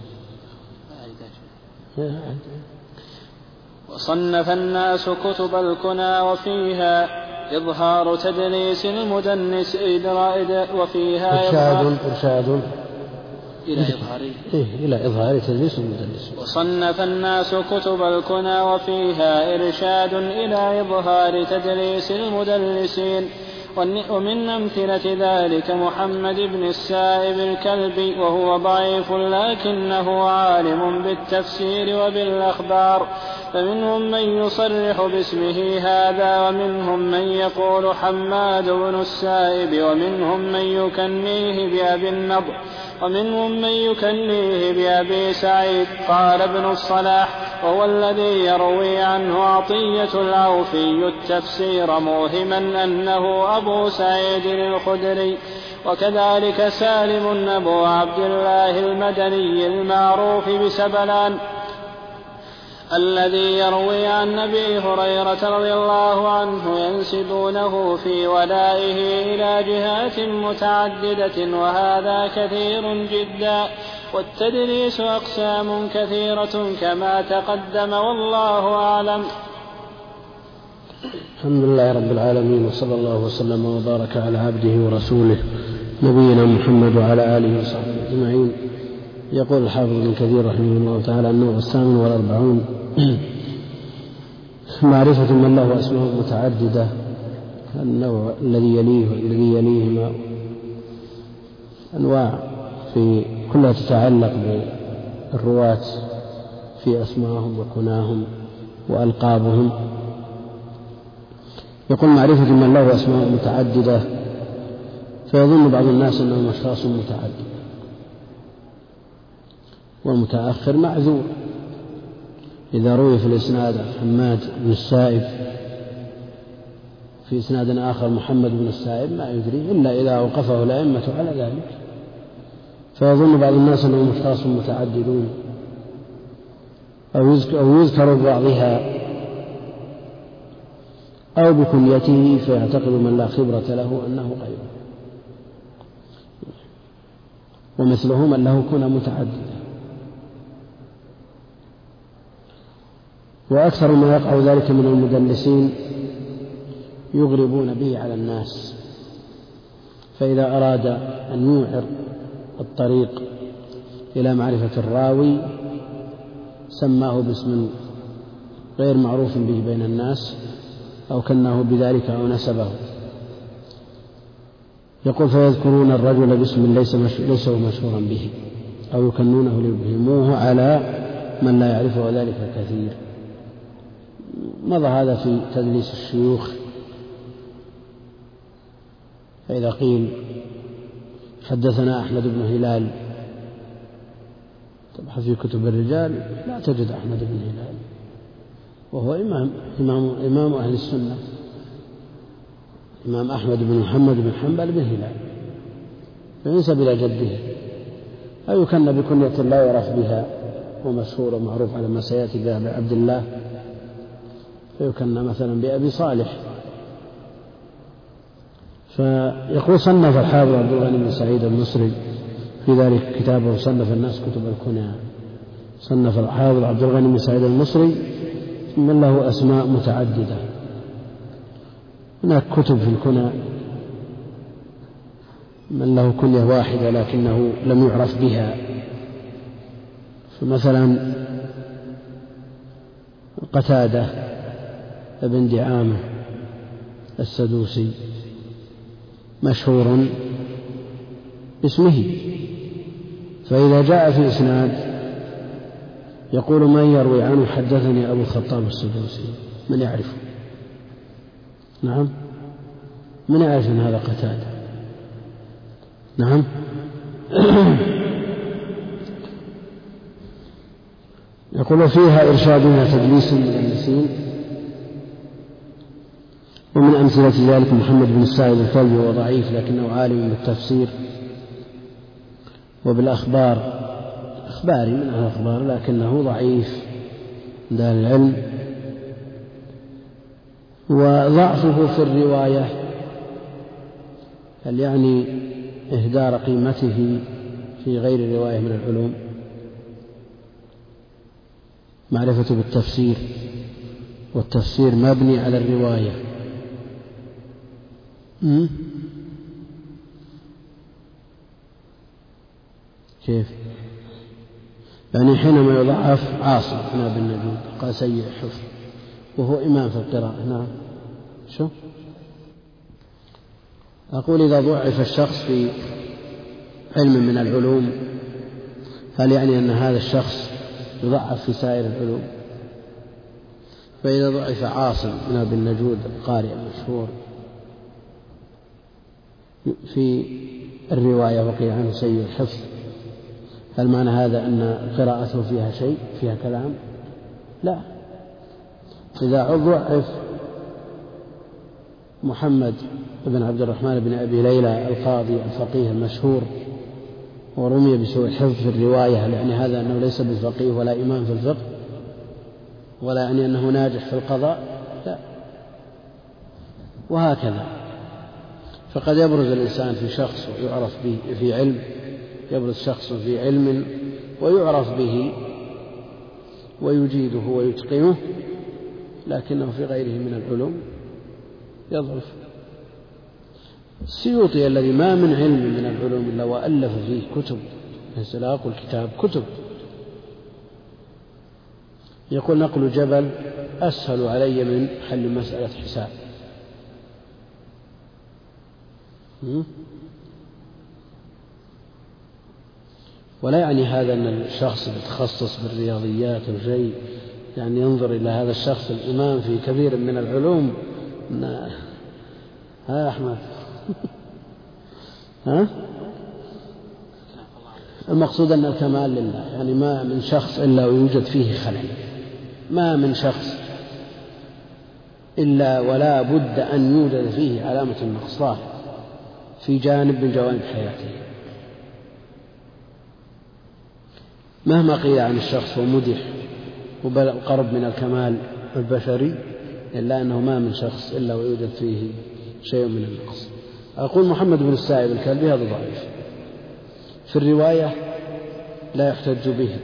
وصنف الناس كتب الكنى، وفيها إظهار تدليس المدنس، وفيها إرشاد إلى إظهار تدليس المدلس. وصنف الناس كتب الكنى، وفيها إرشاد إلى إظهار تدليس المدلسين. ومن أمثلة ذلك محمد بن السائب الكلبي وهو ضعيف، لكنه عالم بالتفسير وبالأخبار، فمنهم من يصرح باسمه هذا، ومنهم من يقول حماد بن السائب، ومنهم من يكنيه بأبي النضر، ومنهم من يكنيه بأبي سعيد. قال ابن الصلاح: وهو الذي يروي عنه عطية العوفي التفسير موهما أنه أبو سعيد الخدري. وكذلك سالم أبو عبد الله المدني المعروف بسبلان الذي يروي عن أبي هريرة رضي الله عنه، ينسبونه في ولائه إلى جهات متعددة، وهذا كثير جدا. والتدليس أقسام كثيرة كما تقدم، والله أعلم. الحمد لله رب العالمين، وصلى الله وسلم وبارك على عبده ورسوله نبينا محمد وعلى آله وصحبه أجمعين. يقول الحافظ ابن كثير رحمه الله تعالى: النوع 48 معرفة من له أسماء متعددة. النوع الذي يليه والذي يليهما أنواع في كلها تتعلق بالرواة في أسمائهم وكناهم وألقابهم. يقول: معرفة من له أسماء متعددة، فيظن بعض الناس أنهم أشخاص متعددة، والمتأخر معذور. إذا روي في الإسناد حماد بن السائب، في إسناد آخر محمد بن السائب، ما يدري إلا إذا أوقفه الأئمة على ذلك، فيظن بعض الناس أنهم أشخاص متعددون، أو يذكر ببعضها أو بكنيته، فيعتقد من لا خبرة له أنه غيره. ومثله من له كنى متعددة. وأكثر ما يقع ذلك من المدلسين يغربون به على الناس، فإذا أراد أن يوعر الطريق إلى معرفة الراوي سماه باسم غير معروف به بين الناس أو كناه بذلك أو نسبه. يقول فيذكرون الرجل باسم ليس مشهورا به أو يكنونه ليبهموه على من لا يعرفه ذلك كثير. مضى هذا في تدليس الشيوخ، فإذا قيل حدثنا أحمد بن هلال تبحث في كتب الرجال لا تجد أحمد بن هلال، وهو إمام أهل السنة، إمام أحمد بن محمد بن حنبل بن هلال، فينسب إلى جده أو يكن بكنية لا يعرف بها ومشهور ومعروف على ما سيأتي بها بعبد الله، فيكن مثلا بأبي صالح. فيقول صنف الحافظ عبد الغني بن سعيد المصري في ذلك كتابه صنف الناس كتب الكنى. صنف الحافظ عبد الغني بن سعيد المصري من له أسماء متعددة، هناك كتب في الكنى من له كنية واحدة لكنه لم يعرف بها، فمثلا قتادة ابن دعامة السدوسي مشهور باسمه، فإذا جاء في إسناد يقول من يروي عنه حدثني أبو الخطاب السدوسي، من يعرفه؟ نعم، من يعرف أن هذا قتادة؟ نعم. يقول فيها إرشاد إلى تدليس المدلسين، ومن أمثلة ذلك محمد بن السائب الكلبي وهو ضعيف لكنه عالم بالتفسير وبالأخبار، أخباري من الأخبار لكنه ضعيف عند أهل العلم، وضعفه في الرواية هل يعني إهدار قيمته في غير الرواية من العلوم؟ معرفة بالتفسير، والتفسير مبني على الرواية. كيف؟ يعني حينما يضعف عاصم هنا بالنجود قال سيء حفظ وهو إمام في القراءة. نعم. شو أقول إذا ضعف الشخص في علم من العلوم هل يعني أن هذا الشخص يضعف في سائر العلوم؟ فإذا ضعف عاصم هنا بالنجود القارئ المشهور في الرواية وقيل عنه سيء الحفظ، هل معنى هذا أن قراءته فيها شيء، فيها كلام؟ لا. إذا ضعف محمد بن عبد الرحمن بن أبي ليلى القاضي الفقيه المشهور ورمي بسوء الحفظ في الرواية، يعني هذا أنه ليس بالفقيه ولا إمام في الفقه ولا يعني أنه ناجح في القضاء؟ لا. وهكذا فقد يبرز الإنسان في شخص ويعرف به في علم، يبرز شخص في علم ويعرف به ويجيده ويتقنه لكنه في غيره من العلوم يضعف. السيوطي الذي ما من علم من العلوم إلا وألف فيه كتب، سلاق الكتاب كتب، يقول نقل جبل أسهل علي من حل مسألة حساب. ولا يعني هذا أن الشخص يتخصص بالرياضيات أو شيء يعني ينظر إلى هذا الشخص الإمام في كثير من العلوم. ها أحمد ها؟ المقصود أن الكمال لله، يعني ما من شخص إلا ويوجد فيه خلل، ما من شخص إلا ولا بد أن يوجد فيه علامة النقصان في جانب من جوانب حياته. مهما قيل عن الشخص ومدح وقرب من الكمال البشري إلا أنه ما من شخص إلا ويوجد فيه شيء من النقص. أقول محمد بن السائب الكلبي هذا ضعيف في الرواية لا يحتج به،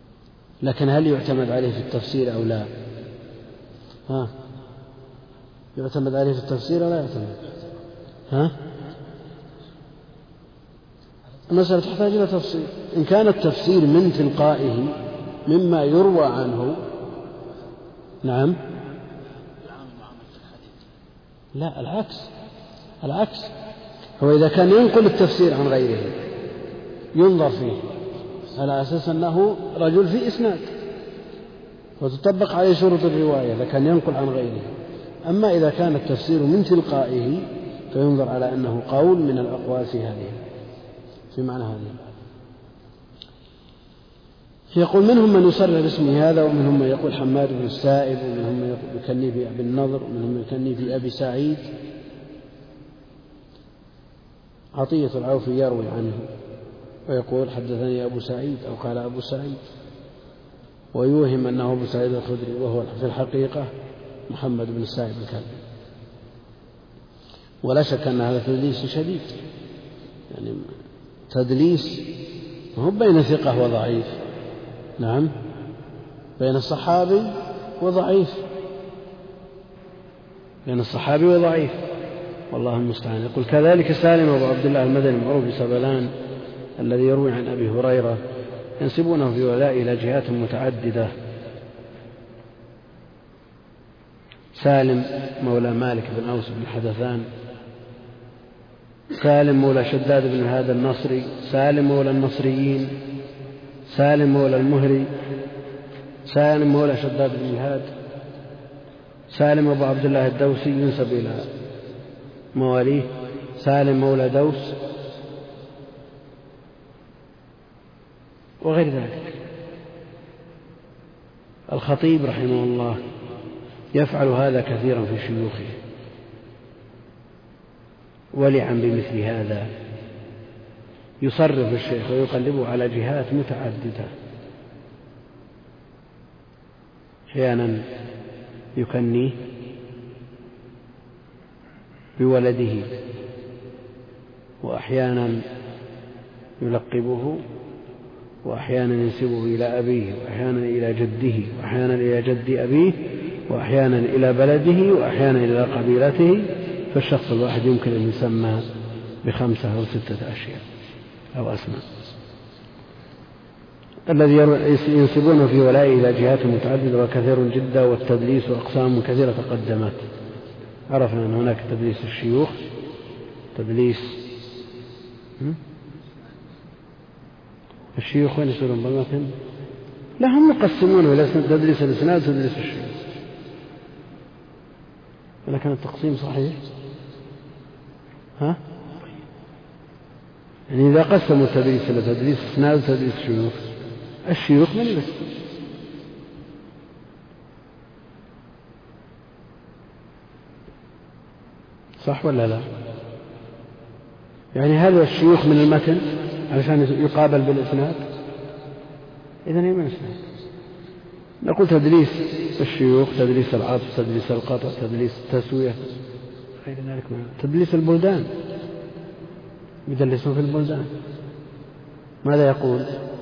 لكن هل يعتمد عليه في التفسير أو لا؟ يعتمد عليه في التفسير ولا يعتمد؟ ها؟ المسألة تحتاج إلى تفصيل. إن كان التفسير من تلقائه مما يروى عنه، نعم، لا، العكس، هو إذا كان ينقل التفسير عن غيره ينظر فيه على أساس أنه رجل في إسناد وتطبق عليه شروط الرواية إذا كان ينقل عن غيره. أما إذا كان التفسير من تلقائه فينظر على أنه قول من الأقوال في معنى هذه. يقول منهم من يصرح باسمه هذا، ومنهم من يقول حماد بن السائب، ومنهم من يكني في أبي النضر، ومنهم من يكني في أبي سعيد. عطية العوفي يروي عنه ويقول حدثني أبو سعيد أو قال أبو سعيد، ويوهم أنه أبو سعيد الخدري، وهو في الحقيقة محمد بن السائب الكلبي. ولا شك أن هذا تدليس شديد، يعني تدليس هو بين ثقة وضعيف، نعم، بين الصحابي وضعيف، والله المستعان. يقول كذلك سالم أبو عبد الله المدني المعروف بسبلان الذي يروي عن أبي هريرة ينسبونه في ولاء إلى جهات متعددة. سالم مولى مالك بن أوس بن حدثان، سالم مولى شداد بن هذا النصري، سالم مولى النصريين، سالم مولى المهري، سالم مولى شداد بن الهاد، سالم أبو عبد الله الدوسي ينسب إلى مواليه، سالم مولى دوس، وغير ذلك. الخطيب رحمه الله يفعل هذا كثيرا في شيوخه، ولعا بمثل هذا يصرف الشيخ ويقلبه على جهات متعددة. أحيانا يكنيه بولده، وأحيانا يلقبه، وأحيانا ينسبه إلى أبيه، وأحيانا إلى جده، وأحيانا إلى جد أبيه، وأحيانا إلى بلده، وأحيانا إلى قبيلته. فالشخص الواحد يمكن أن يسمى ب5 أو 6 أشياء أو أسماء. الذي ينسبونه في ولائه إلى جهات متعددة وكثير جدا، والتدليس أقسام كثيرة تقدمت. عرفنا أن هناك تدليس الشيوخ، تدليس الشيوخ وين يصيرون بالمتن؟ لا، هم يقسمونه إلى تدليس الإسناد وتدليس الشيوخ، ولكن التقسيم صحيح. ها؟ يعني إذا قسموا التدليس إلى تدليس إسناد وتدليس شيوخ، الشيوخ من بس، صح ولا لا؟ يعني هل الشيوخ من المتن علشان يقابل بالإسناد؟ إذن هي من الإسناد. نقول تدليس الشيوخ، تدليس العطف، تدليس القطع، تدليس التسوية، غير ذلك. تدليس البلدان، يدلسون في البلدان. ماذا يقول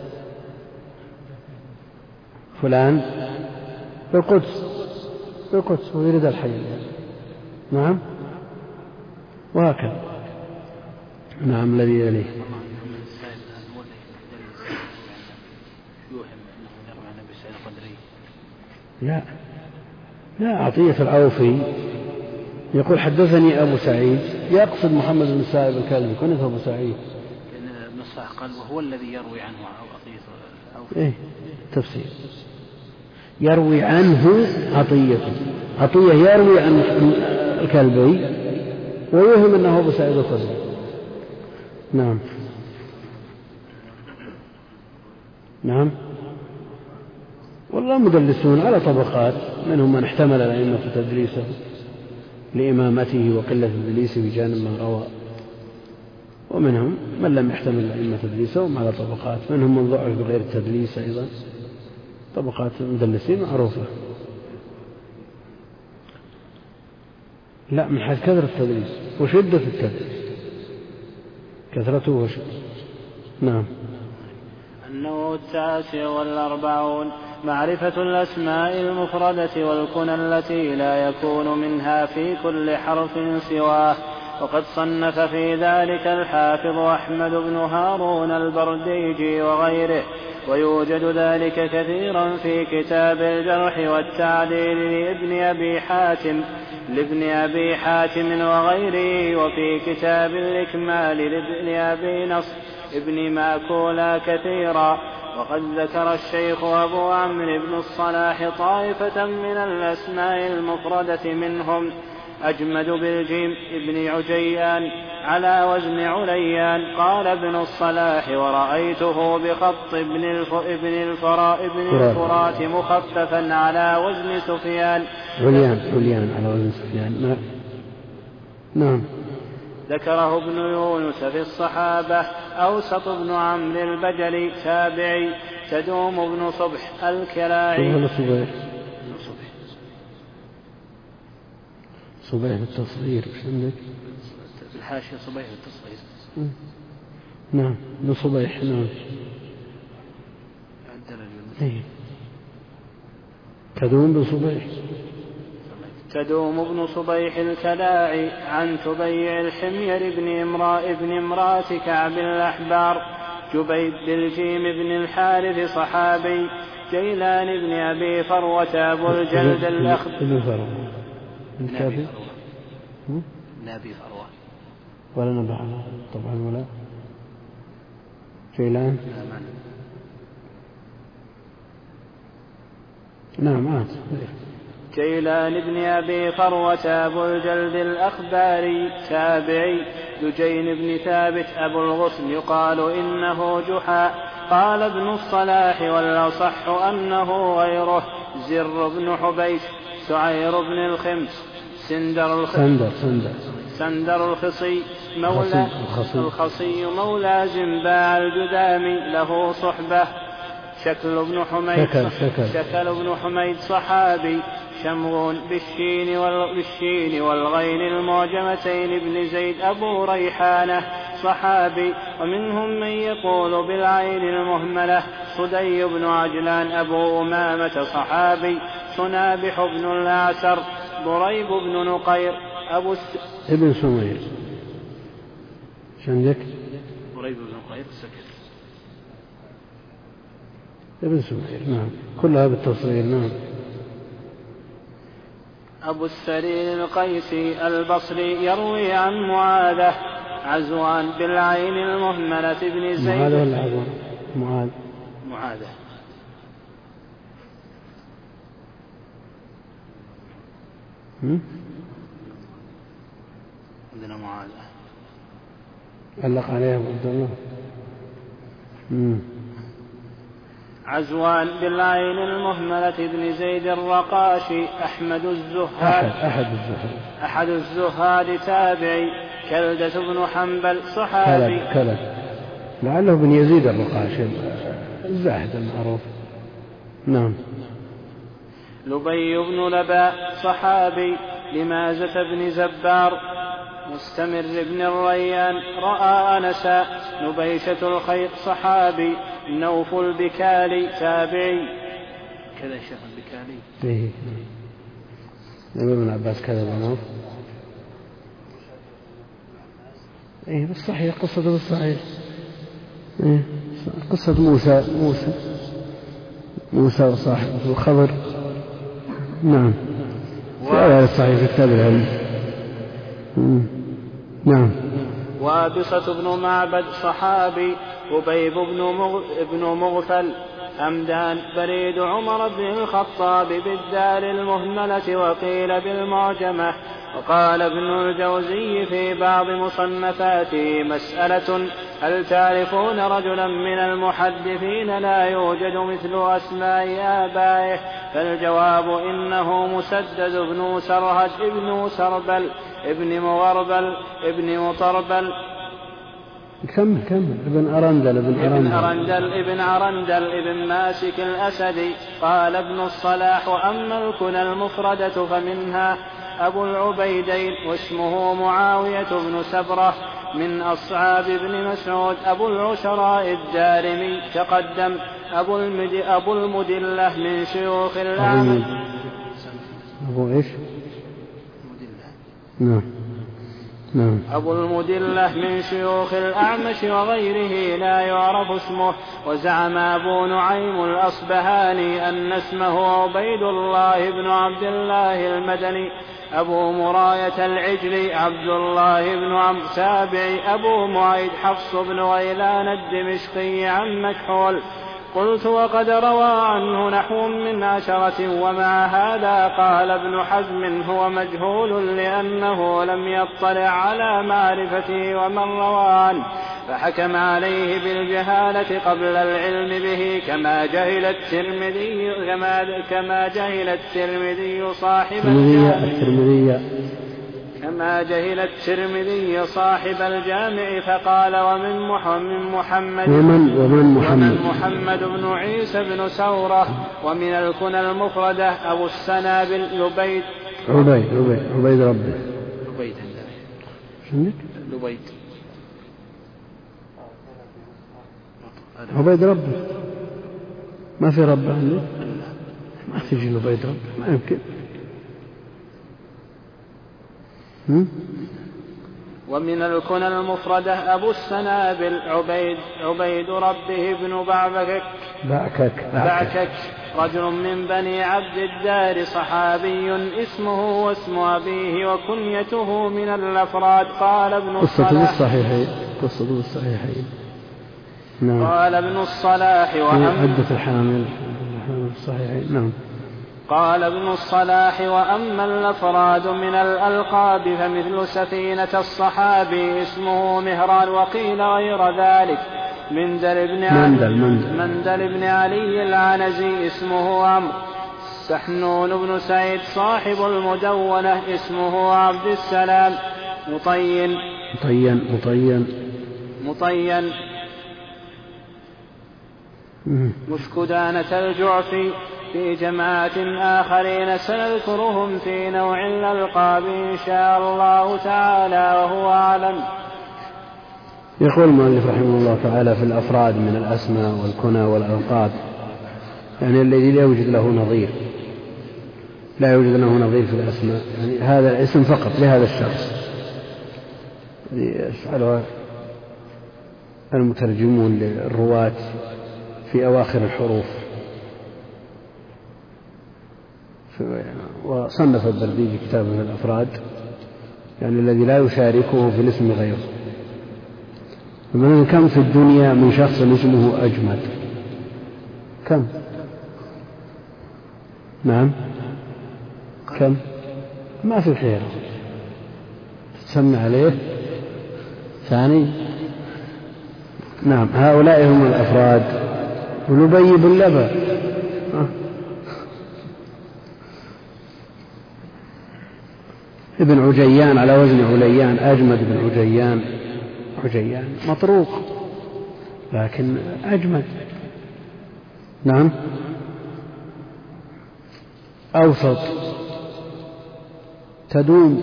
فلان في القدس ويريد الحي، نعم، وهكذا. نعم، الذي يليه. لا، عطية العوفي يقول حدثني أبو سعيد، يقصد محمد بن السائب الكلبي، كنت أبو سعيد. لأن ابن الصلاح قال وهو الذي يروي عنه عطية العوفي. إيه تفسير، يروي عنه عطية يروي عن الكلبي ويوهم أنه أبو سعيد الخدري. نعم. والله مدلسون على طبقات، منهم من احتمل الأئمة تدليسه لإمامته وقلة تدليسه بجانب ما روى، ومنهم من لم يحتمل الأئمة تدليسهم على طبقات، منهم من ضعف بغير التدليس أيضا. طبقات المدلسين معروفة. لا، من حيث كثرة التدليس وشدة التدليس، كثرته وشدة. نعم. النوع 49 معرفة الأسماء المفردة والكنى التي لا يكون منها في كل حرف سواه. وقد صنف في ذلك الحافظ أحمد بن هارون البرديجي وغيره، ويوجد ذلك كثيرا في كتاب الجرح والتعديل لابن أبي حاتم وغيره، وفي كتاب الإكمال لابن أبي نصر ابن ماكولا كثيرا. وقد ذكر الشيخ أبو عمرو بن الصلاح طائفة من الأسماء المفردة منهم أجمد بالجيم ابن عجيان على وزن عليان. قال ابن الصلاح: ورأيته بخط ابن الفرات مخففا على وزن سفيان. عليان على وزن سفيان. نعم. ذكره ابن يونس في الصحابة. أوسط بن عمرو البجلي تابعي. تدوم بن صبح الكلاعي. صبيح بالتصغير وش عندك؟ الحاشية صبيح بالتصغير. نعم ابن صبيح. نعم. تدوم بن صبيح. تدوم بن صبيح الكلاعي عن تبيع الحمير ابن امرأة كعب الأحبار. جبيد بالجيم بن الحارث صحابي. جيلان بن أبي فروة أبو الجلد الأخضر. نبي فروة ولا نبع طبعا ولا جيلان. نعم. جيلان بن أبي فروة أبو الجلد الأخباري تابعي. دجين بن ثابت أبو الغصن يقال إنه جحا. قال ابن الصلاح: والأصح أنه غيره. زر بن حبيش. سعير بن الخمس. سندر الخصي مولى زنباع الجذامي له صحبة. شكل بن حميد صحابي. شمغون بالشين والغين المعجمتين بن زيد أبو ريحانة صحابي. ومنهم من يقول بالعين المهملة. صدي بن عجلان أبو أمامة صحابي. صنابح بن الأعسر. ضريب بن نقير ابن سمير. شندك ضريب بن نقير سكت. ابن سمير. نعم كلها بالتصغير. نعم. أبو السرير القيسي البصري يروي عن معاذة. عزوان بالعين المهملة بن زيد. معاذ ولا عزوان؟ معاذة. عندنا معاذة. علق عليه أبو عبد الله. عزوان بالعين المهملة بن زيد الرقاشي. أحمد الزهاد. أحد الزهاد تابعي. كلدة بن حنبل صحابي. لعله بن يزيد الرقاشي الزاهد المعروف. نعم. لبي بن لباء صحابي. لمازة بن زبار. مستمر بن الريان رأى أنسا. نبيشة الخير صحابي. نوف البكالي تابعي. كذا شيخ البكالي. إيه. ابن عباس كذا بنوف. إيه بالصحيح قصته بالصحيح. إيه قصة موسى وصاحب الخضر. نعم. هذا الصحيح في كتاب العلم. نعم. وابصة بن معبد صحابي. وبيب بن مغفل. همدان بريد عمر بن الخطاب بالدال المهملة وقيل بالمعجمة. وقال ابن الجوزي في بعض مصنفاته: مسألة: هل تعرفون رجلا من المحدثين لا يوجد مثل أسماء آبائه؟ فالجواب: إنه مسدد بن سرهج ابن سربل ابن مغربل ابن مطربل. كمل. ابن أرندل ابن ماسك الأسدي. قال ابن الصلاح: وأما الكنى المفردة فمنها أبو العبيدين واسمه معاوية بن سبرة. من أصحاب ابن مسعود أبو العشراء الدارمي تقدم. أبو المدلة من شيوخ الأعمش. أبو إيش؟ نعم. أبو المدلة من شيوخ الأعمش وغيره لا يعرف اسمه. وزعم أبو نعيم الأصبهاني أن اسمه عبيد الله بن عبد الله المدني. أبو مراية العجلي عبد الله بن عمرو سابعي. أبو معيد حفص بن غيلان الدمشقي عن مكحول. قلت وقد روى عنه نحو من 10 ومع هذا قال ابن حزم هو مجهول لأنه لم يطلع على معرفته ومن روى عنه فحكم عليه بالجهالة قبل العلم به كما جهل الترمذي صاحب الجامع فقال ومن محمد بن عيسى بن سورة. ومن الكنى المفردة أبو السنابل عبيد ربه ما في رب عنده ما تجي عبيد ربه ما يمكن. ومن الكنى المفردة أبو السنابل عبيد ربه بن بعكك رجل من بني عبد الدار صحابي اسمه واسم أبيه وكنيته من الأفراد. قال ابن الصحيحين. قال ابن الصلاح عدة الحامل الصحيحين. نعم. قال ابن الصلاح وأما الأفراد من الألقاب فمثل سفينة الصحابي اسمه مهران. وقيل غير ذلك مندل بن علي العنزي اسمه عمرو. سحنون بن سعيد صاحب المدونة اسمه عبد السلام. مطين مسكدانة الجعفي في جماعة آخرين سنذكرهم في نوع الألقاب إن شاء الله تعالى وهو أعلم. يقول المؤلف رحمه الله تعالى في الأفراد من الأسماء والكنى والألقاب يعني الذي لا يوجد له نظير في الأسماء يعني هذا الاسم فقط لهذا الشخص يسألها المترجمون للرواة في أواخر الحروف. وصنف البردي كتابه من الأفراد يعني الذي لا يشاركه في الاسم غيره. فمن كم في الدنيا من شخص اسمه أجمد؟ كم؟ نعم كم؟ ما في خير تسمى عليه ثاني. نعم هؤلاء هم الأفراد. ولبي بن لبى ابن عجيان على وزن عليان. أجمد بن عجيان مطروق لكن أجمد. نعم. أوسط تدوم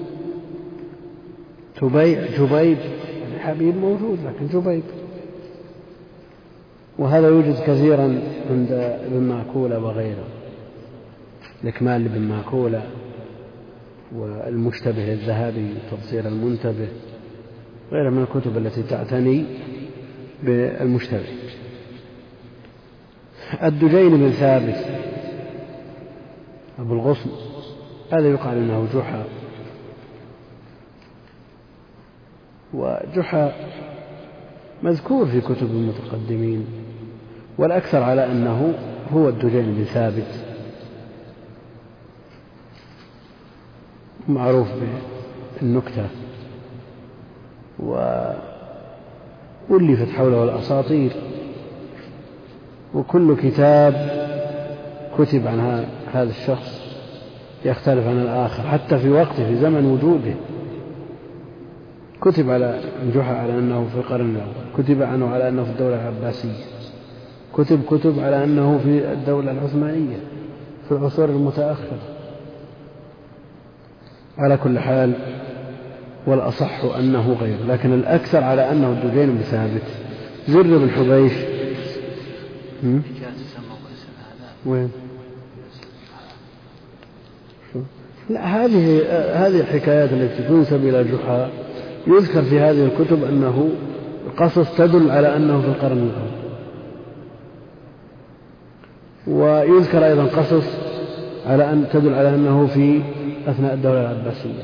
جبيب يعني حبيب موجود لكن جبيب. وهذا يوجد كثيرا عند ابن ماكولة وغيره. الإكمال لابن ماكولة والمشتبه الذهبي تبصير المنتبه غير من الكتب التي تعتني بالمشتبه. الدجين بن ثابت أبو الغصن هذا يقال أنه جحا. وجحا مذكور في كتب المتقدمين والأكثر على أنه هو الدجين بن ثابت معروف بالنكتة وألفت حوله الأساطير. وكل كتاب كتب عن هذا الشخص يختلف عن الآخر حتى في وقته في زمن وجوده. كتب على جحا على أنه في القرن الأول. كتب عنه على أنه في الدولة العباسية. كتب على أنه في الدولة العثمانية في العصور المتأخرة. على كل حال والأصح أنه غير، لكن الأكثر على أنه الدجين بن ثابت. زر بن حبيش وين؟ لا، هذه الحكايات التي تنسب إلى جحا يذكر في هذه الكتب أنه قصص تدل على أنه في القرن الأول، ويذكر أيضا قصص على أن تدل على أنه في أثناء الدولة العباسية،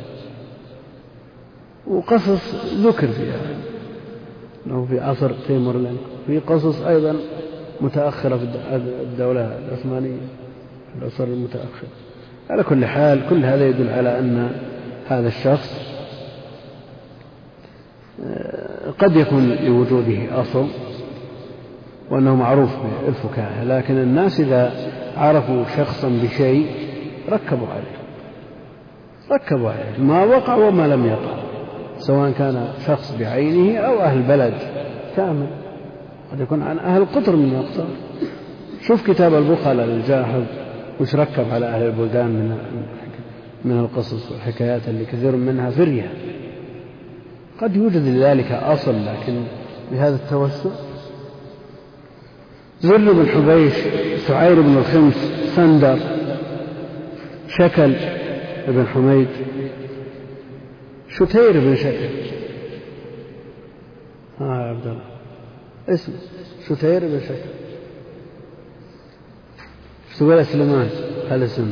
وقصص ذكر فيها أنه في عصر تيمور لانك، في قصص أيضا متأخرة في الدولة العثمانية في العصر المتأخر. على كل حال كل هذا يدل على أن هذا الشخص قد يكون لوجوده أصل وأنه معروف بالفكاهة، لكن الناس إذا عرفوا شخصا بشيء ركبوا عليه ما وقع وما لم يقع، سواء كان شخص بعينه أو أهل بلد كامل، قد يكون عن أهل قطر من الأقطار. شوف كتاب البخلة للجاحظ وش ركب على أهل البلدان من القصص والحكايات اللي كثير منها فرية. قد يوجد لذلك أصل، لكن بهذا التوسع. زر بن حبيش، سعير بن الخمس، سندر، شكل بن حميد، شتير بن شكل. يا عبد الله اسم شتير بن شكل. شو تقول سليمان هذا اسم؟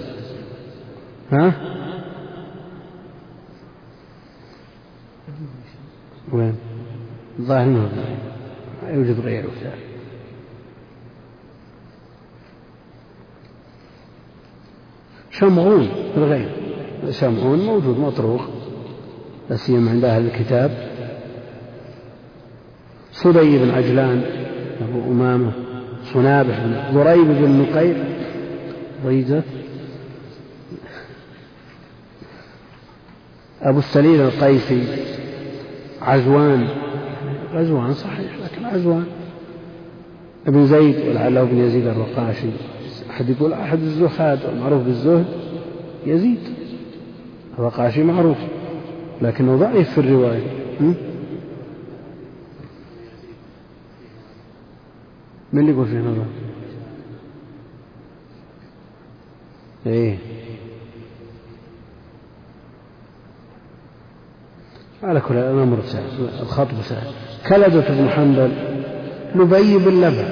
وين؟ الظاهر ما يوجد غيره. شمعون بالغير، شمعون موجود مطروق لا سيما عند أهل الكتاب. صدي بن عجلان أبو أمامة، صنابح بن ضريب بن نقير، ضيجة، أبو السليل القيسي، غزوان صحيح لكن عزوان، ابن زيد ولعله بن يزيد الرقاشي. أحد يقول أحد الزهاد المعروف بالزهد يزيد الرقاشي معروف لكنه ضعيف في الرواية. من اللي يقول فيه نظر؟ إيه على كل الأمر سهل، الخطب سهل. كلدة بن حنبل، لبي بن لبع.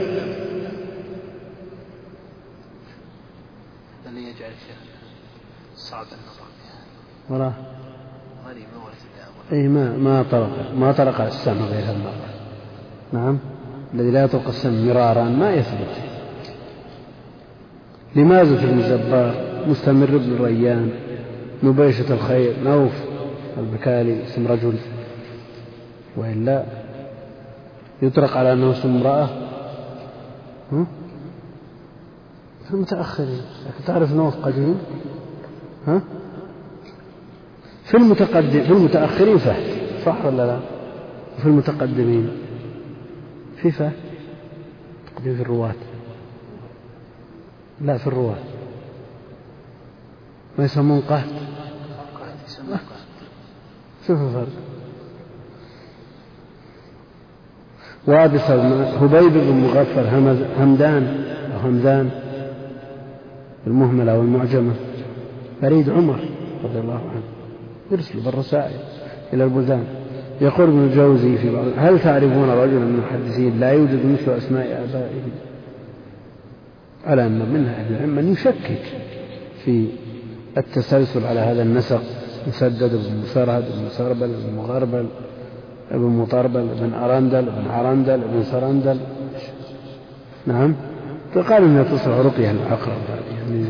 الذي يجعل الشيخ صعب النظر وراه غريب أي ما طرق السمع غير المرة. نعم، الذي لا يطرق السمع مرارا ما يثبت. لمازة بن الزبار، مستمر بن الريان، نبيشة الخير، نوف البكالي اسم رجل، وإلا يطرق على أنه اسم امرأة في المتأخرين. لكن تعرف نوف قديم في المتأخرين فهد صح ولا لا؟ وفي المتقدمين في فهد تقديم في الرواة، لا في الرواة ما يسمون قهد. شوف الفرق. وابصة هبيب بن مغفر، همدان أو همدان المهملة والمعجمة، فريد عمر رضي الله عنه يرسل بالرسائل إلى البلدان. يقول ابن الجوزي في بعض: هل تعرفون رجلا من المحدثين لا يوجد مثل أسماء آبائه؟ على أن منها أهل العلم من يشكك في التسلسل على هذا النسق: مسدد بن مسرهد بن سربل بن مغربل ابن مطربل ابن أرندل ابن عرندل ابن سرندل. نعم، فقال إنها تصلح رقية العقرب يعني.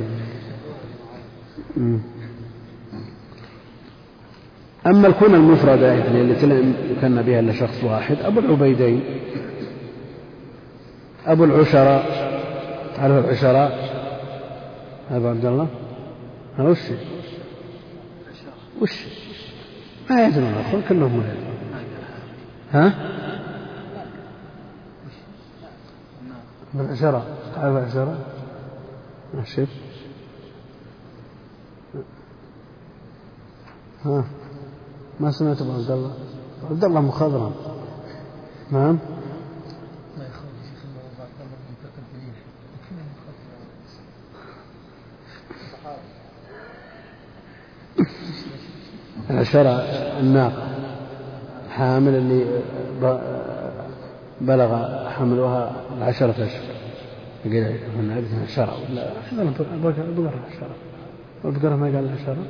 أما الكنى المفردة يعني التي لا يكن بها إلا شخص واحد: أبو العبيدين، أبو العشراء. تعرف العشراء أبو عبد الله؟ وش ما يدرون أخوة كلهم ما يدرون. بالعشراء. تعرف العشراء؟ شوف ما سمعت أبو عبد الله؟ عبد الله مخضرم. نعم. العشرة الناقة حامل اللي بلغ حملها 10 أشهر يقول هنا ابنها شرع ولا بقرة شرع والبقرة ما قال لها شرع.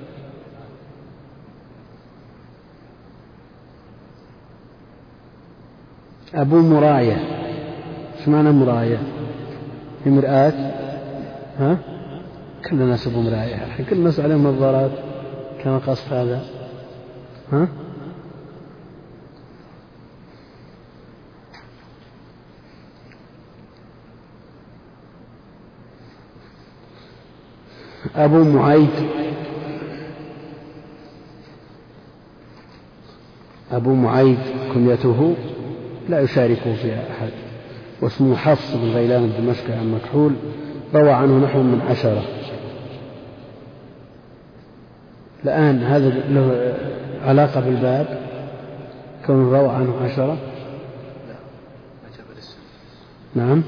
أبو مراية، شو معنى مراية؟ هي مرآة؟ ها؟ كل الناس أبو مراية الحين، كل الناس عليهم نظارات، كان قصد هذا. ها؟ أبو معيد، أبو معيد كنيته لا يشاركه فيها أحد، واسمه حفص بن غيلان الدمشقي عن مكحول، روى عنه نحو من 10. الآن هذا له علاقة بالباب كون روى عنه 10؟ نعم.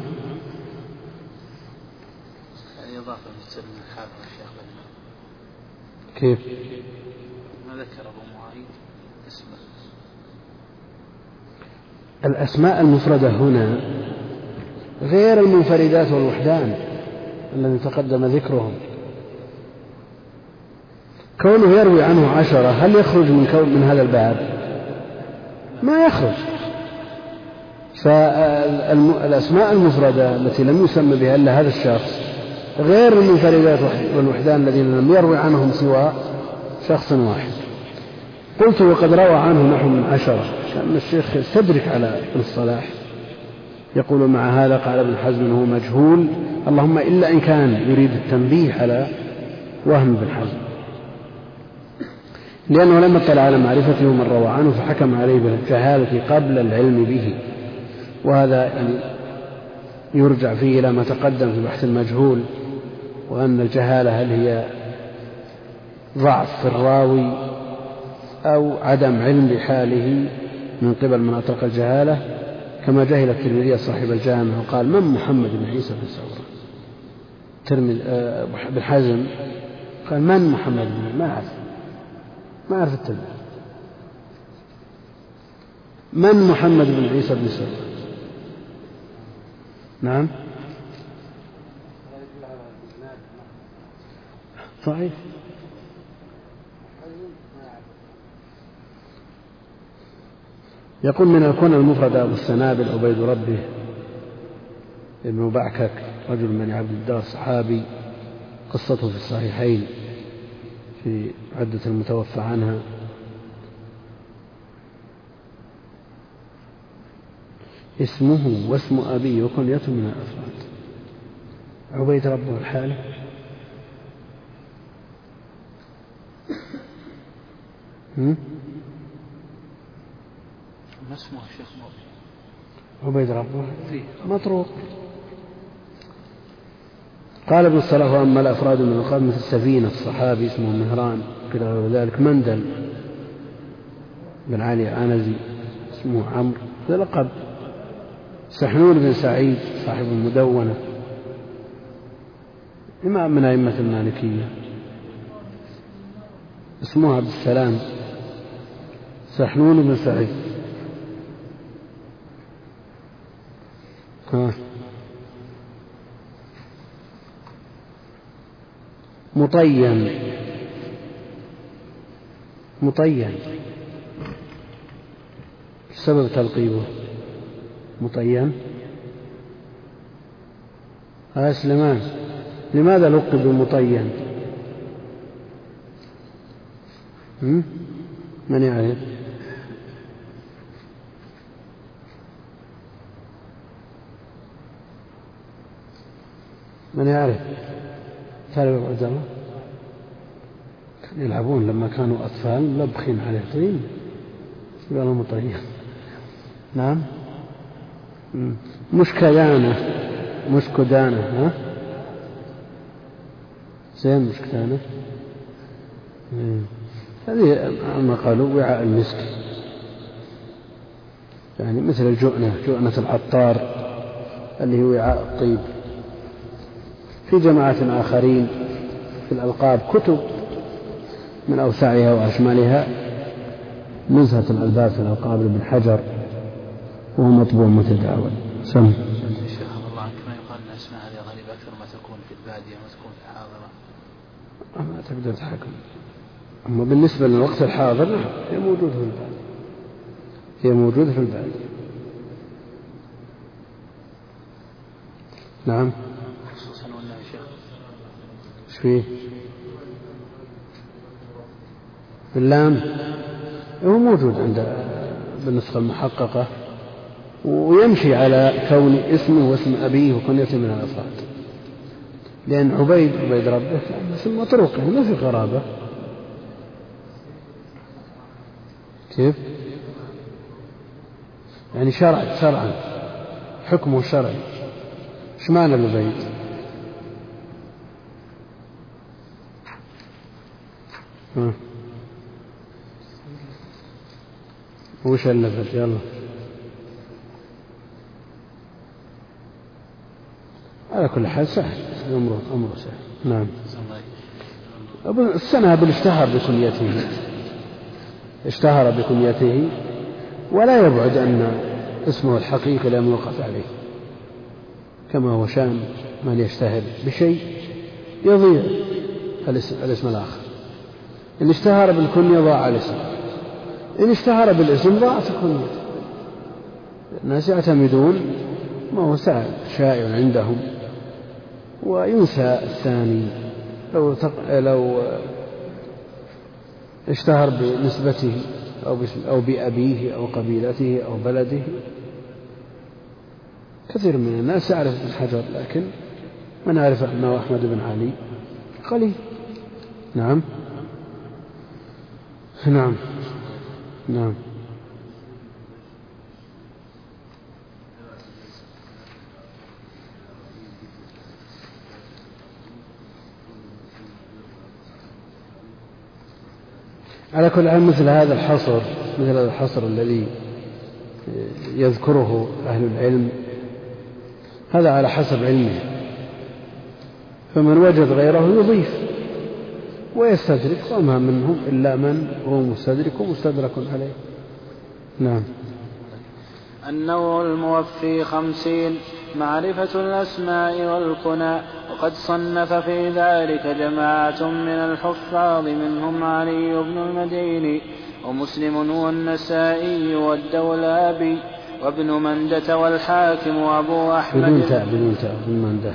كيف؟ ما ذكر أبو معيد اسمه. الأسماء المفردة هنا غير المنفردات والوحدان الذي تقدم ذكرهم. كونه يروي عنه 10 هل يخرج من هذا الباب؟ ما يخرج. فالأسماء المفردة التي لم يسمى بها إلا هذا الشخص غير المنفردات والوحدان الذين لم يروي عنهم سوى شخص واحد. قلت وقد روى عنه نحو من 10. كان الشيخ يستدرك على ابن الصلاح، يقول مع هذا قال ابن حزم هو مجهول، اللهم إلا إن كان يريد التنبيه على وهم ابن حزم، لأنه لما اطلع على معرفته من روى عنه فحكم عليه بالجهالة قبل العلم به، وهذا يعني يرجع فيه إلى ما تقدم في بحث المجهول، وأن الجهالة هل هي ضعف في الراوي أو عدم علم بحاله من قبل من أطلق الجهالة، كما جهل الترمذي صاحب الجامع وقال من محمد بن عيسى بن ثورة. ابن حزم قال من محمد بن، ما أعرف الترمذي من محمد بن عيسى بن ثورة. نعم صحيح. يقول من الكون المفرد أبو السنابل عبيد ربه ابن بعكك رجل من عبد الدار صحابي، قصته في الصحيحين في عدة المتوفى عنها. اسمه واسم أبيه وكنيته من الأفراد. عبيد ربه الحالي. ما اسمه الشيخ عبيد ربه مطروق. قال ابن الصلاح وأما الأفراد من الألقاب مثل سفينة الصحابي اسمه مهران كذا غير ذلك، مندل بن علي عنزي اسمه عمرو هذا لقب، سحنون بن سعيد صاحب المدونة إمام من أئمة المالكية اسمه عبد السلام، سحنون بن سعيد. مطين سبب تلقيبه مطين. هذا سليمان لماذا لقب بمطين؟ من يعرف؟ من يعرف؟ تعرف عبد الله؟ يلعبون لما كانوا أطفال لبخين عليه طين قالوا مطين. نعم. مشكدانة ها زين مشكدانة. هذه ما قالوا وعاء المسك، يعني مثل الجؤنة، جؤنة العطار اللي هي وعاء الطيب. في جماعة آخرين في الألقاب كتب من أوسعها وأشملها، نزهة الألباب في الألقاب لابن حجر، وهو مطبوع متداول. سم. شيخ الله عنك، ما يقال أن أسماء هذه غالبا أكثر ما تكون في البادية وما تكون في الحاضرة؟ ما تقدر تحكم. أما بالنسبة للوقت الحاضر هي موجودة في البادية، هي موجودة في البادية. نعم. خصوصا ولا يا شيخ؟ ايش فيه؟ اللام هو موجود عند بالنسخة المحققة، ويمشي على كون اسمه واسم أبيه وكنيته من الأفراد، لأن عبيد ربه كان اسم مطروق، يعني ما في قرابة. كيف؟ يعني شرعا حكمه شرعي. ايش معنى العبيد؟ وش اللفت؟ يلا على كل حال سهل، أمره سهل. نعم. السنابل اشتهر بكنيته ولا يبعد أن اسمه الحقيقي لم يوقف عليه، كما هو شأن من يشتهر بشيء يضيع الاسم الآخر. إن اشتهر بالكنية ضاع الاسم، إن اشتهر بالاسم ضاعت الكنية. الناس يعتمدون ما هو شائع عندهم وينسى الثاني. لو اشتهر بنسبته أو بأبيه أو قبيلته أو بلده، كثير من الناس يعرف ابن حجر، لكن من يعرف أنه أحمد بن علي قليل. نعم. نعم. نعم. على كل حال مثل هذا الحصر الذي يذكره أهل العلم هذا على حسب علمه، فمن وجد غيره يضيف ويستدرك، وما منهم إلا من هو مستدرك ومستدرك عليه. نعم. النوع الموفي 50 معرفة الأسماء والكنى، وقد صنف في ذلك جماعة من الحفاظ، منهم علي بن المديني ومسلم والنسائي والدولابي وابن مندة والحاكم وأبو أحمد بدون تاء ابن مندة،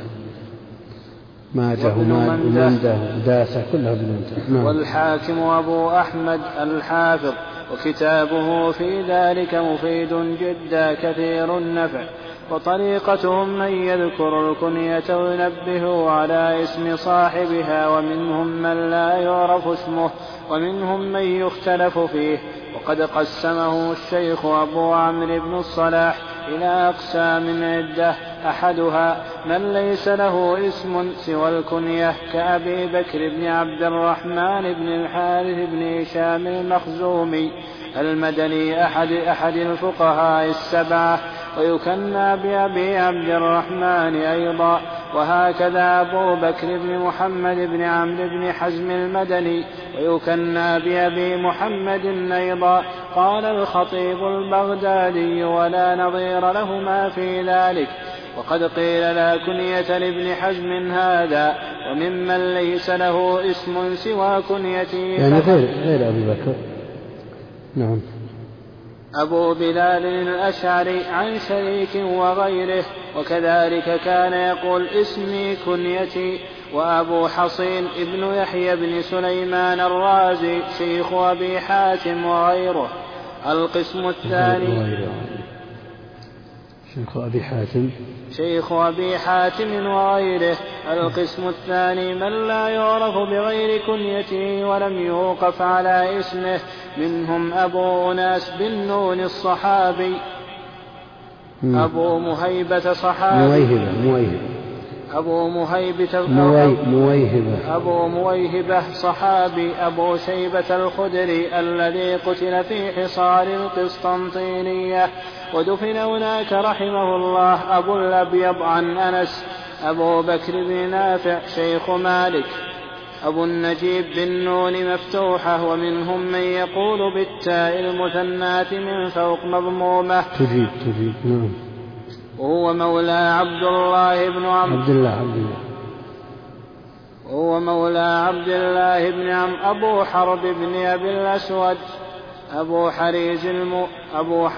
ماجه ومندة وداسة كلها بدون تاء. والحاكم وأبو أحمد الحافظ، وكتابه في ذلك مفيد جدا كثير النفع. وطريقتهم من يذكر الكنية وينبه على اسم صاحبها، ومنهم من لا يعرف اسمه، ومنهم من يختلف فيه. وقد قسمه الشيخ أبو عمرو بن الصلاح إلى أقسام عدة، أحدها من ليس له اسم سوى الكنية كأبي بكر بن عبد الرحمن بن الحارث بن هشام المخزومي المدني أحد الفقهاء السبعة، ويكنى بأبي عبد الرحمن أيضا. وهكذا أبو بكر بن محمد بن عمرو بن حزم المدني، ويكنى بأبي محمد أيضا. قال الخطيب البغدادي: ولا نظير لهما في ذلك. وقد قيل لا كنية لابن حزم هذا، وممن ليس له اسم سوى كنيته يعني غير أبي بكر. نعم. أبو بلال الأشعري عن شريك وغيره، وكذلك كان يقول اسمي كنيتي. وأبو حصين ابن يحيى بن سليمان الرازي شيخ أبي حاتم وغيره. القسم الثاني شيخ أبي حاتم وغيره. القسم الثاني من لا يعرف بغير كنيته ولم يوقف على اسمه، منهم أبو أناس بن نون الصحابي، أبو مهيبة صحابي، أبو مويهبة صحابي أبو شيبة الخدري الذي قتل في حصار القسطنطينية ودفن هناك رحمه الله. أبو الأبيض عن أنس أبو بكر بن نافع شيخ مالك. أبو النجيب بالنون مفتوحة ومنهم من يقول بالتاء المثناة من فوق مضمومة. تجيب نعم. وهو مولى عبد الله بن عمرو أبو حرب بن أبي الأسود أبو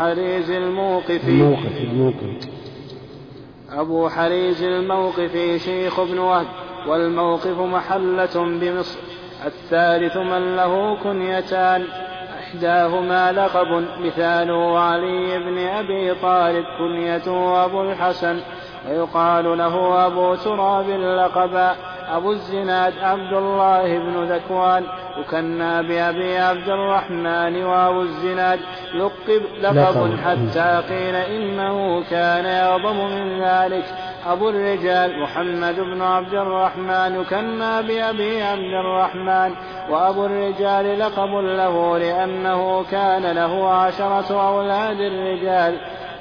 حريز الموقفي شيخ ابن وهب. والموقف محلة بمصر. الثالث من له كنيتان إحداهما لقب مثاله علي بن أبي طالب كنيته أبو الحسن ويقال له أبو تراب لقبا. أبو الزناد عبد الله بن ذكوان يكنى بأبي عبد الرحمن. وأبو الزناد لقب حتى قيل إنه كان يعظم من ذلك. أبو الرجال محمد بن عبد الرحمن يكنى بأبي عبد الرحمن. وأبو الرجال لقب له لأنه كان له 10 أولاد الرجال.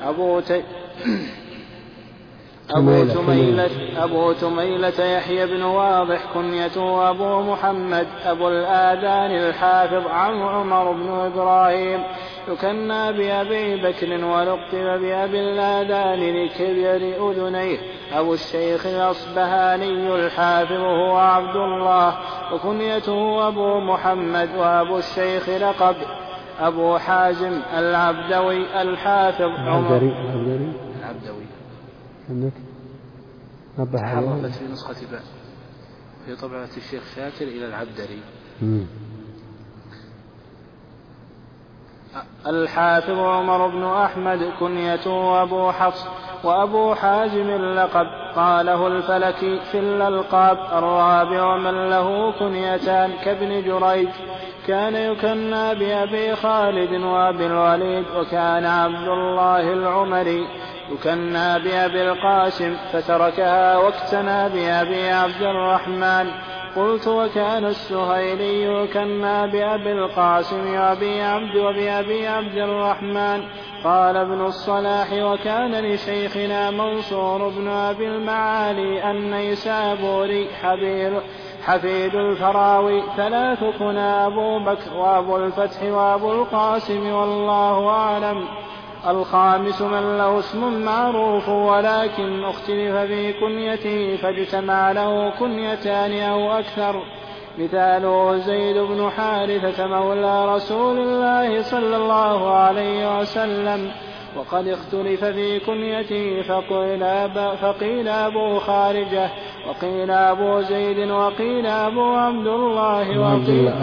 أبو تميلة يحيى بن واضح كنيته أبو محمد أبو الآذان الحافظ عن عمر بن إبراهيم يكنى بأبي بكر ولقب بأبي الآذان لكبر أذنيه. أبو الشيخ الأصبهاني الحافظ هو عبد الله وكنيته أبو محمد. وأبو الشيخ لقب أبو حازم العبدوي الحافظ العبدوي عندك تحرفت في نسخة باء في طبعة الشيخ شاكر إلى العبدري. الحافظ عمر بن أحمد كنيته أبو حفص. وأبو حازم اللقب قاله الفلكي في الألقاب. الرابع من له كنيتان كابن جريج كان يكنى بأبي خالد وأبي الوليد. وكان عبد الله العمري يكنى بأبي القاسم فتركها واكتنى بأبي عبد الرحمن. قلت وكان السهيلي يكنى بأبي القاسم وبأبي عبد الرحمن. قال ابن الصلاح وكان لشيخنا منصور بن أبي المعالي النيسابوري حفيد الفراوي 3 كنى أبو بكر وأبو الفتح وأبو القاسم والله أعلم. الخامس من له اسم معروف ولكن اختلف في كنيته فاجتمع له كنيتان أو أكثر. مثاله زيد بن حارثة مولى رسول الله صلى الله عليه وسلم. وقد اختلف في كنيته فقيل أبو خارجة وقيل أبو زيد وقيل أبو عبد الله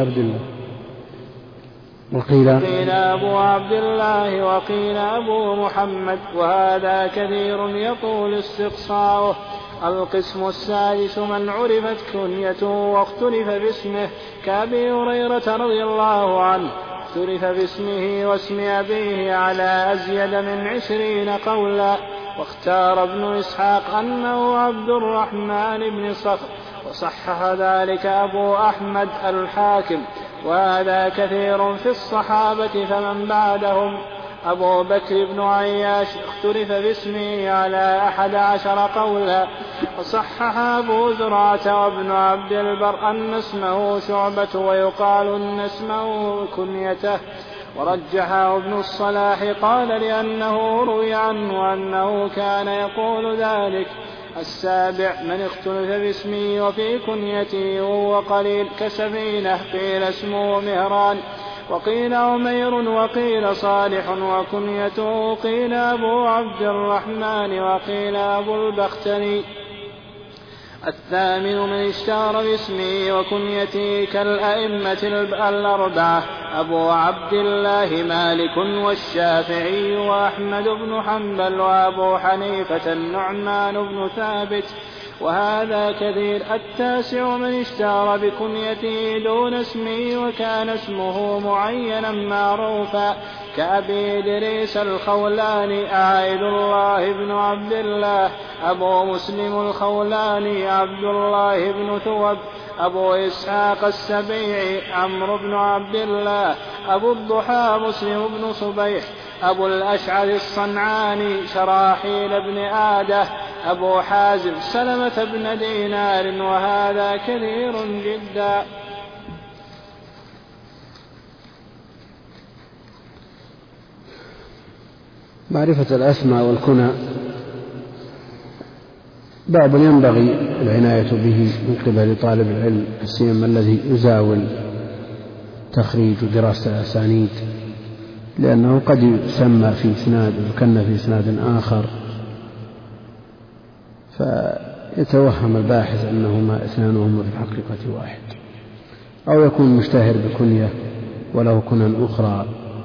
وقيل أبو عبد الله وقيل أبو محمد. وهذا كثير يطول استقصاؤه. القسم السادس من عرفت كنيته واختلف باسمه كأبي هريرة رضي الله عنه اختلف باسمه واسم أبيه على أزيد من 20 قولا. واختار ابن إسحاق أنه عبد الرحمن بن صخر وصحح ذلك أبو أحمد الحاكم. وهذا كثير في الصحابة فمن بعدهم. أبو بكر بن عياش اختلف باسمه على 11 قولا. وصحح أبو زرعة وابن عبد البر أن اسمه شعبة ويقال أن اسمه كنيته. ورجحه ابن الصلاح قال لأنه روي عنه أنه كان يقول ذلك. السابع من اختلف باسمه وفي كنيته وهو قليل كسفينة قيل اسمه مهران وقيل عمير وقيل صالح وكنيته قيل أبو عبد الرحمن وقيل أبو البختري. الثامن من اشتهر باسمه وكنيته كالأئمة 4 أبو عبد الله مالك والشافعي وأحمد بن حنبل وأبو حنيفة النعمان بن ثابت وهذا كثير. 9 من اشتهر بكنيته دون اسمه وكان اسمه معينا معروفا كأبي إدريس الخولاني عائد الله بن عبد الله، أبو مسلم الخولاني عبد الله بن ثوب، أبو إسحاق السبيعي عمرو بن عبد الله، أبو الضحى مسلم بن صبيح، أبو الأشعث الصنعاني شراحيل بن آدة، أبو حازم سلمة بن دينار، وهذا كثير جدا. معرفة الأسماء والكنى باب ينبغي العناية به من قبل طالب العلم، سيما الذي يزاول تخريج ودراسة الأسانيد، لأنه قد يسمى في إسناد ويكن في إسناد آخر فيتوهم الباحث أنهما اثنانهما في الحقيقة واحد، أو يكون مشتهر بكنية وله كنى أخرى،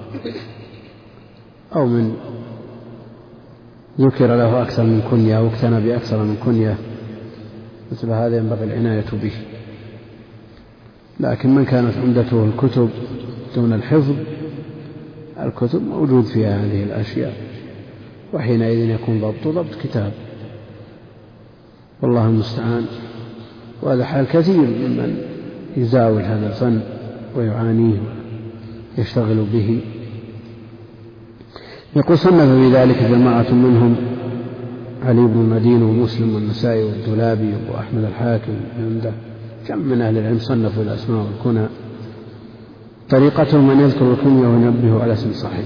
أو من ذكر له أكثر من كنية أو اكتنى بأكثر من كنية، مثل هذا ينبغي العناية به. لكن من كانت عمدته الكتب دون الحفظ، الكتب موجود فيها هذه الأشياء، وحينئذ يكون ضبط كتاب، والله المستعان. وهذا حال كثير ممن يزاول هذا الفن ويعانيه ويشتغل به. يقول صنف في ذلك جماعة منهم علي بن المدين ومسلم والنسائي والدولابي وأحمد الحاكم وعنده كم من أهل العلم صنفوا الأسماء والكنى. طريقتهم أن يذكر الكنية وينبه على اسم صاحبه،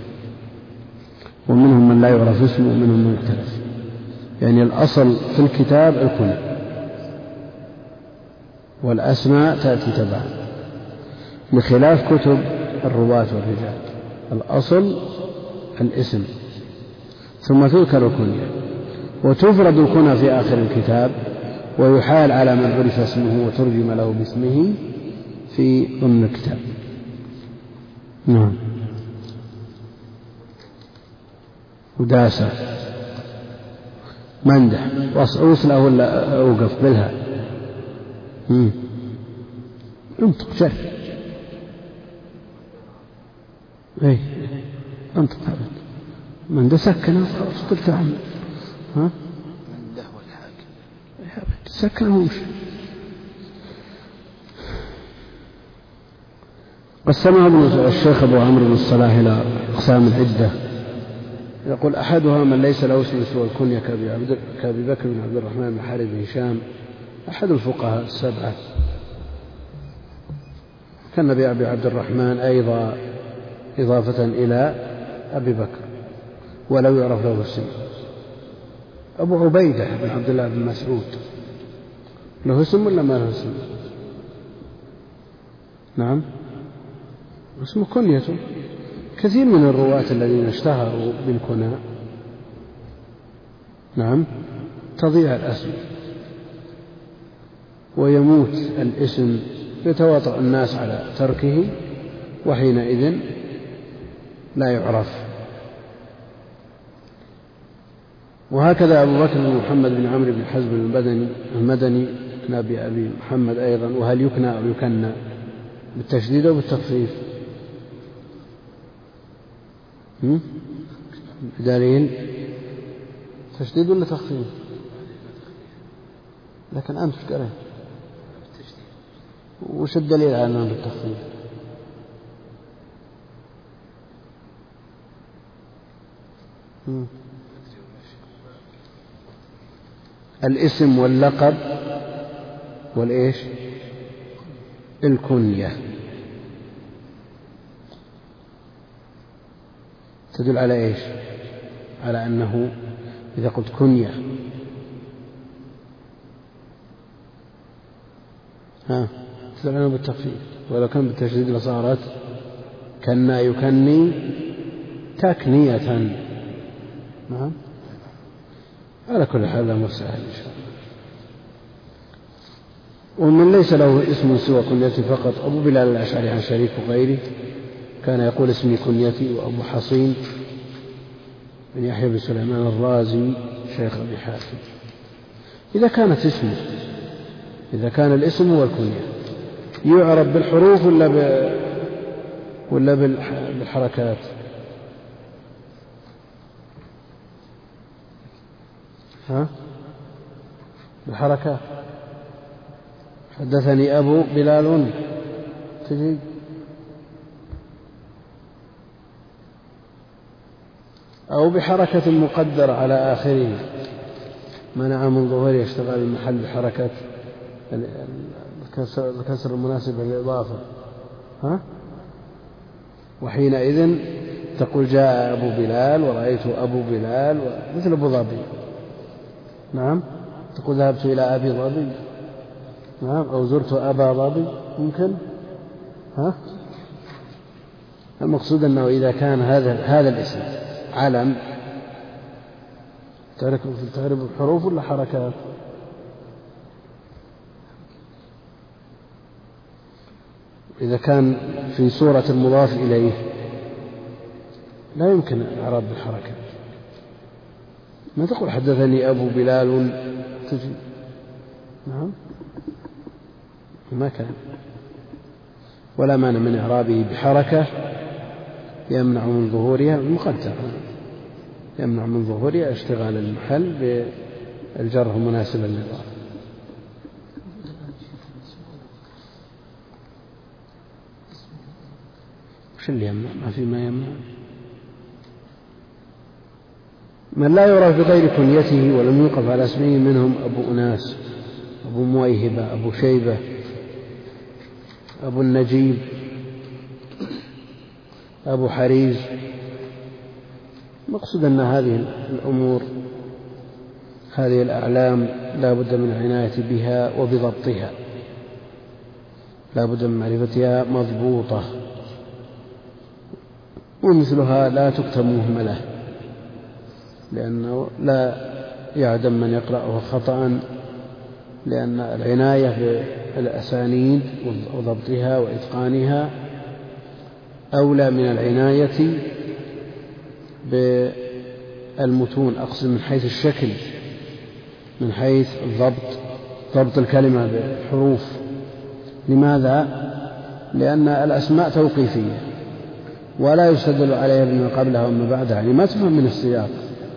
ومنهم من لا يعرف اسمه ومنهم من يختلف، يعني الأصل في الكتاب الكنى والأسماء تأتي تبعا، بخلاف كتب الرواة والرجال الأصل الاسم ثم تذكر الكنية، وتفرد الكنى في آخر الكتاب، ويحال على من عرف اسمه وترجم له باسمه في ضمن الكتاب. نعم. وداسة مندح وصله ولا أوقف بالها انطق شر اي انطق هذا من ده سكنه خلاص قلت عنه من ده والحاكم سكنه وش قسمها الشيخ أبو عمرو بن الصلاح إلى أقسام عدة. يقول أحدها من ليس له اسم سوى الكنية كأبي بكر بن عبد الرحمن بن حارث بن هشام أحد الفقهاء السبعة، كان أبي عبد الرحمن أيضا إضافة إلى أبي بكر ولو يعرف له اسم. أبو عبيدة بن عبد الله بن مسعود له اسم ولا ما له اسم؟ نعم اسمه كنيته. كثير من الرواة الذين اشتهروا بالكنى نعم تضيع الاسم ويموت الاسم، يتواطأ الناس على تركه وحينئذ لا يعرف. وهكذا أبو بكر بن محمد بن عمرو بن حزم المدني كان أبي محمد أيضا. وهل يكنى أو يكنى بالتشديد أو بالتخفيف؟ دليل تشديد ولا تخفيف؟ لكن أنت قرأت وش الدليل على أنه بالتخفيف؟ الاسم واللقب والإيش الكنية تدل على إيش؟ على أنه إذا قلت كنية تدل على بالتخفيف، ولو كان بالتشديد لصارت كنا يكني تكنية. نعم على كل حال لا مسهل إن شاء الله. ومن ليس له اسم سوى كنيتي فقط أبو بلال الأشعري عن شريك وغيره كان يقول اسمي كنيتي. وأبو حصين بن يحيى بن سليمان الرازي شيخ أبي حاتم. إذا كانت اسمه، إذا كان الاسم هو الكنية، يعرب بالحروف ولا بالحركات؟ ها؟ بالحركات. حدثني أبو بلال تجي أو بحركة مقدرة على آخره منع من ظهور يشتغل المحل بحركة الكسر المناسب للإضافة. ها؟ وحينئذ تقول جاء أبو بلال ورأيت أبو بلال مثل أبو ظبي. نعم. تقول ذهبت إلى أبي ظبي. نعم. أو زرت أبا ظبي ممكن. ها؟ المقصود أنه إذا كان هذا الاسم علم تعرف الحروف ولا حركات؟ إذا كان في صورة المضاف إليه لا يمكن الإعراب بالحركات. ما تقول حدثني أبو بلال تجي. نعم. ما كان ولا مانع من إعرابه بحركة يمنع من ظهورها المقدرة، يمنع من ظهورها اشتغال المحل بالجر المناسب للإضافة. وش اللي يمنع؟ ما في ما يمنع. من لا يعرف بغير كنيته ولم يوقف على اسمه منهم أبو أناس، أبو مويهبة، أبو شيبة، أبو النجيب، أبو حريز. مقصود أن هذه الأمور، هذه الأعلام لا بد من العناية بها وبضبطها، لا بد من معرفتها مضبوطة، ومثلها لا تكتب مهملة، لأنه لا يعدم من يقرأه خطأ، لأن العناية بالأسانيد وضبطها وإتقانها أولى من العناية بالمتون، أقصد من حيث الشكل، من حيث الضبط، ضبط الكلمة بالحروف. لماذا؟ لأن الأسماء توقيفية ولا يستدل عليها بما قبلها وما بعدها، يعني ما تفهم من السياق.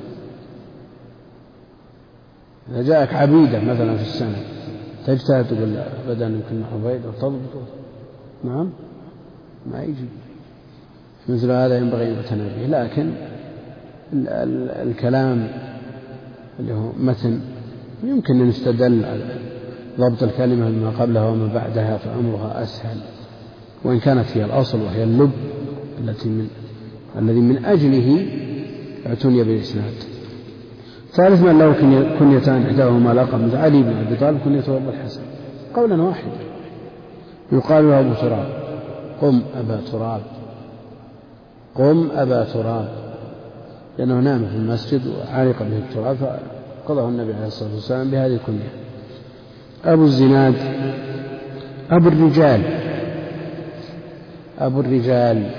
إذا جاءك عبيدة مثلا في السنة تجتهد تقول أبدا يمكن عبيد أو تضبط. نعم، ما يجي مثل هذا، ينبغي أن يعتنى به. لكن الكلام اللي هو متن يمكن أن يستدل على ضبط الكلمة بما قبلها وما بعدها، فأمرها أسهل، وإن كانت هي الأصل وهي اللب الذي من أجله اعتني بالإسناد. ثالث من له كنيتان إحداهما لقب، مثل علي بن أبي طالب كنيته أبو الحسن، قولا واحدا، يقال له أبو تراب، قم أبا تراب، قم أبا تراب، لأنه نام في المسجد وعالق به التراب فقضاه النبي عليه الصلاة والسلام بهذه الكنية. أبو الزناد، أبو الرجال، أبو الرجال،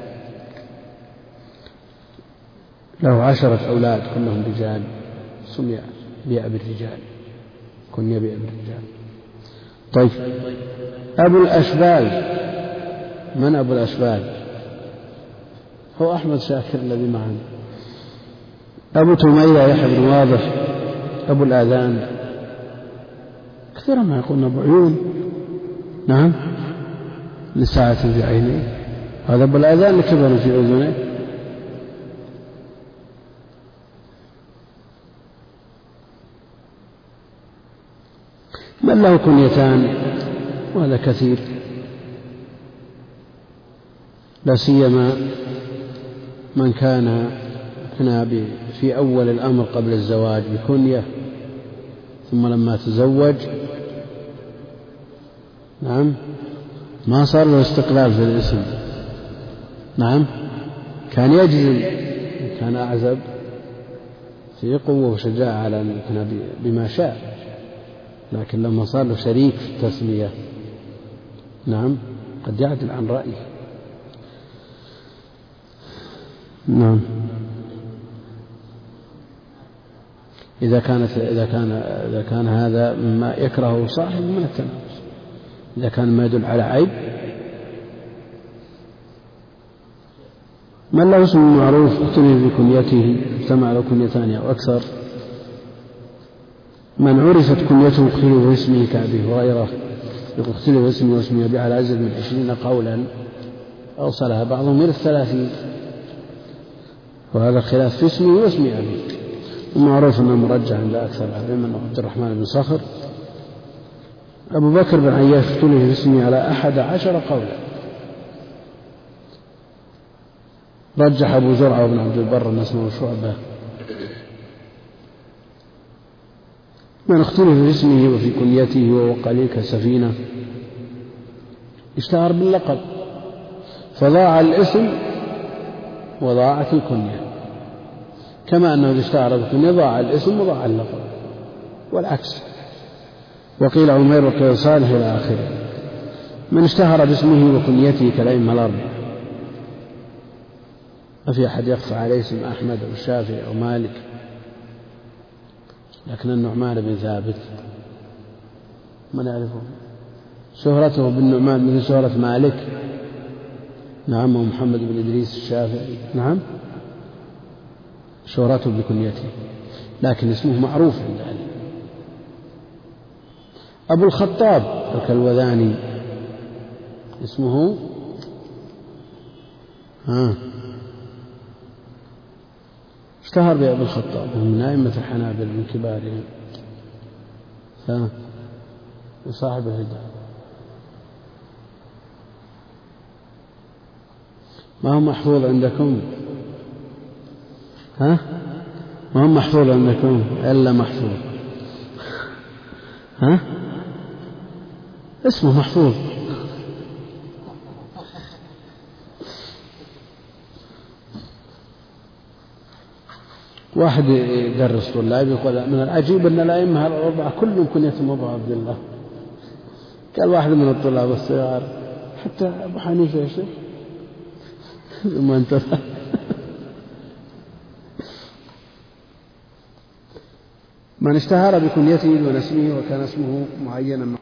له 10 أولاد كلهم رجال، سمي بأبي الرجال، كني بأبي الرجال. طيب، أبو الأشبال، من أبو الأشبال؟ هو أحمد شاكر الذي معنا. أبو تمية يحيى بن واضح، أبو الآذان، كثيرا ما يقولون أبو عيون. نعم، لساعة في عينيه، هذا أبو الآذان لكبر في أذنه. من له كنيتان، وهذا كثير، لا سيما من كان في أول الأمر قبل الزواج بكنية، ثم لما تزوج نعم ما صار له استقلال في الاسم. نعم، كان يجزم، كان أعزب في قوة وشجاعة على أن يكون بما شاء، لكن لما صار له شريك في التسمية نعم قد يعدل عن رأيه. نعم، إذا كان هذا مما يكرهه صاحب من التنافس، إذا كان ما يدل على عيب. من له اسم معروف اختلف في كنيته اجتمع له كنيتان أو أكثر. من عرفت كنيته اختلف اسمه كأبي هريرة، اختلف اسمه واسمه أبي على أزيد من 20 قولا أوصلها بعضهم إلى 30، وهذا خلاف في اسمه واسم أبي. ومعروف أنه مرجع عند أكثر العلماء أنه عبد الرحمن بن صخر. أبو بكر بن عياش اختلف في اسمه على 11 قولا، رجح أبو زرعة وابن عبد البر أن اسمه شعبة. من اختلف في اسمه وفي كنيته وهو قليل كسفينة، اشتهر باللقب فضاع الاسم وضاعت الكنية، كما أنه اشتهر بالكنية ضاع الاسم وضاع اللقب، والعكس. وقيل عمير وقيل صالح إلى آخره. من اشتهر باسمه وكنيته كالأئمة الأربعة، ما في أحد يخفى عليه اسم أحمد أو الشافعي أو مالك، لكن النعمان بن ثابت من يعرفه؟ شهرته بالنعمان مثل شهرة مالك، نعم، ومحمد بن إدريس الشافعي، نعم، شهرته بكنيته، لكن اسمه معروف عند علي. أبو الخطاب الكلوذاني اسمه اشتهر بأبو الخطاب، وهو من أئمة الحنابلة من كبارهم، وصاحب الهدى. ما هو محفوظ عندكم؟ ما هو محفوظ عندكم إلا محفوظ، اسمه محفوظ. واحد يدرس طلاب يقول من العجيب أن الأئمة الأربعة كلهم كنيتهم أبو عبد الله. قال واحد من الطلاب الصغار حتى أبو حنيفة يا شيخ ما انتبه. من اشتهر بكنيته دون اسمه وكان اسمه معينا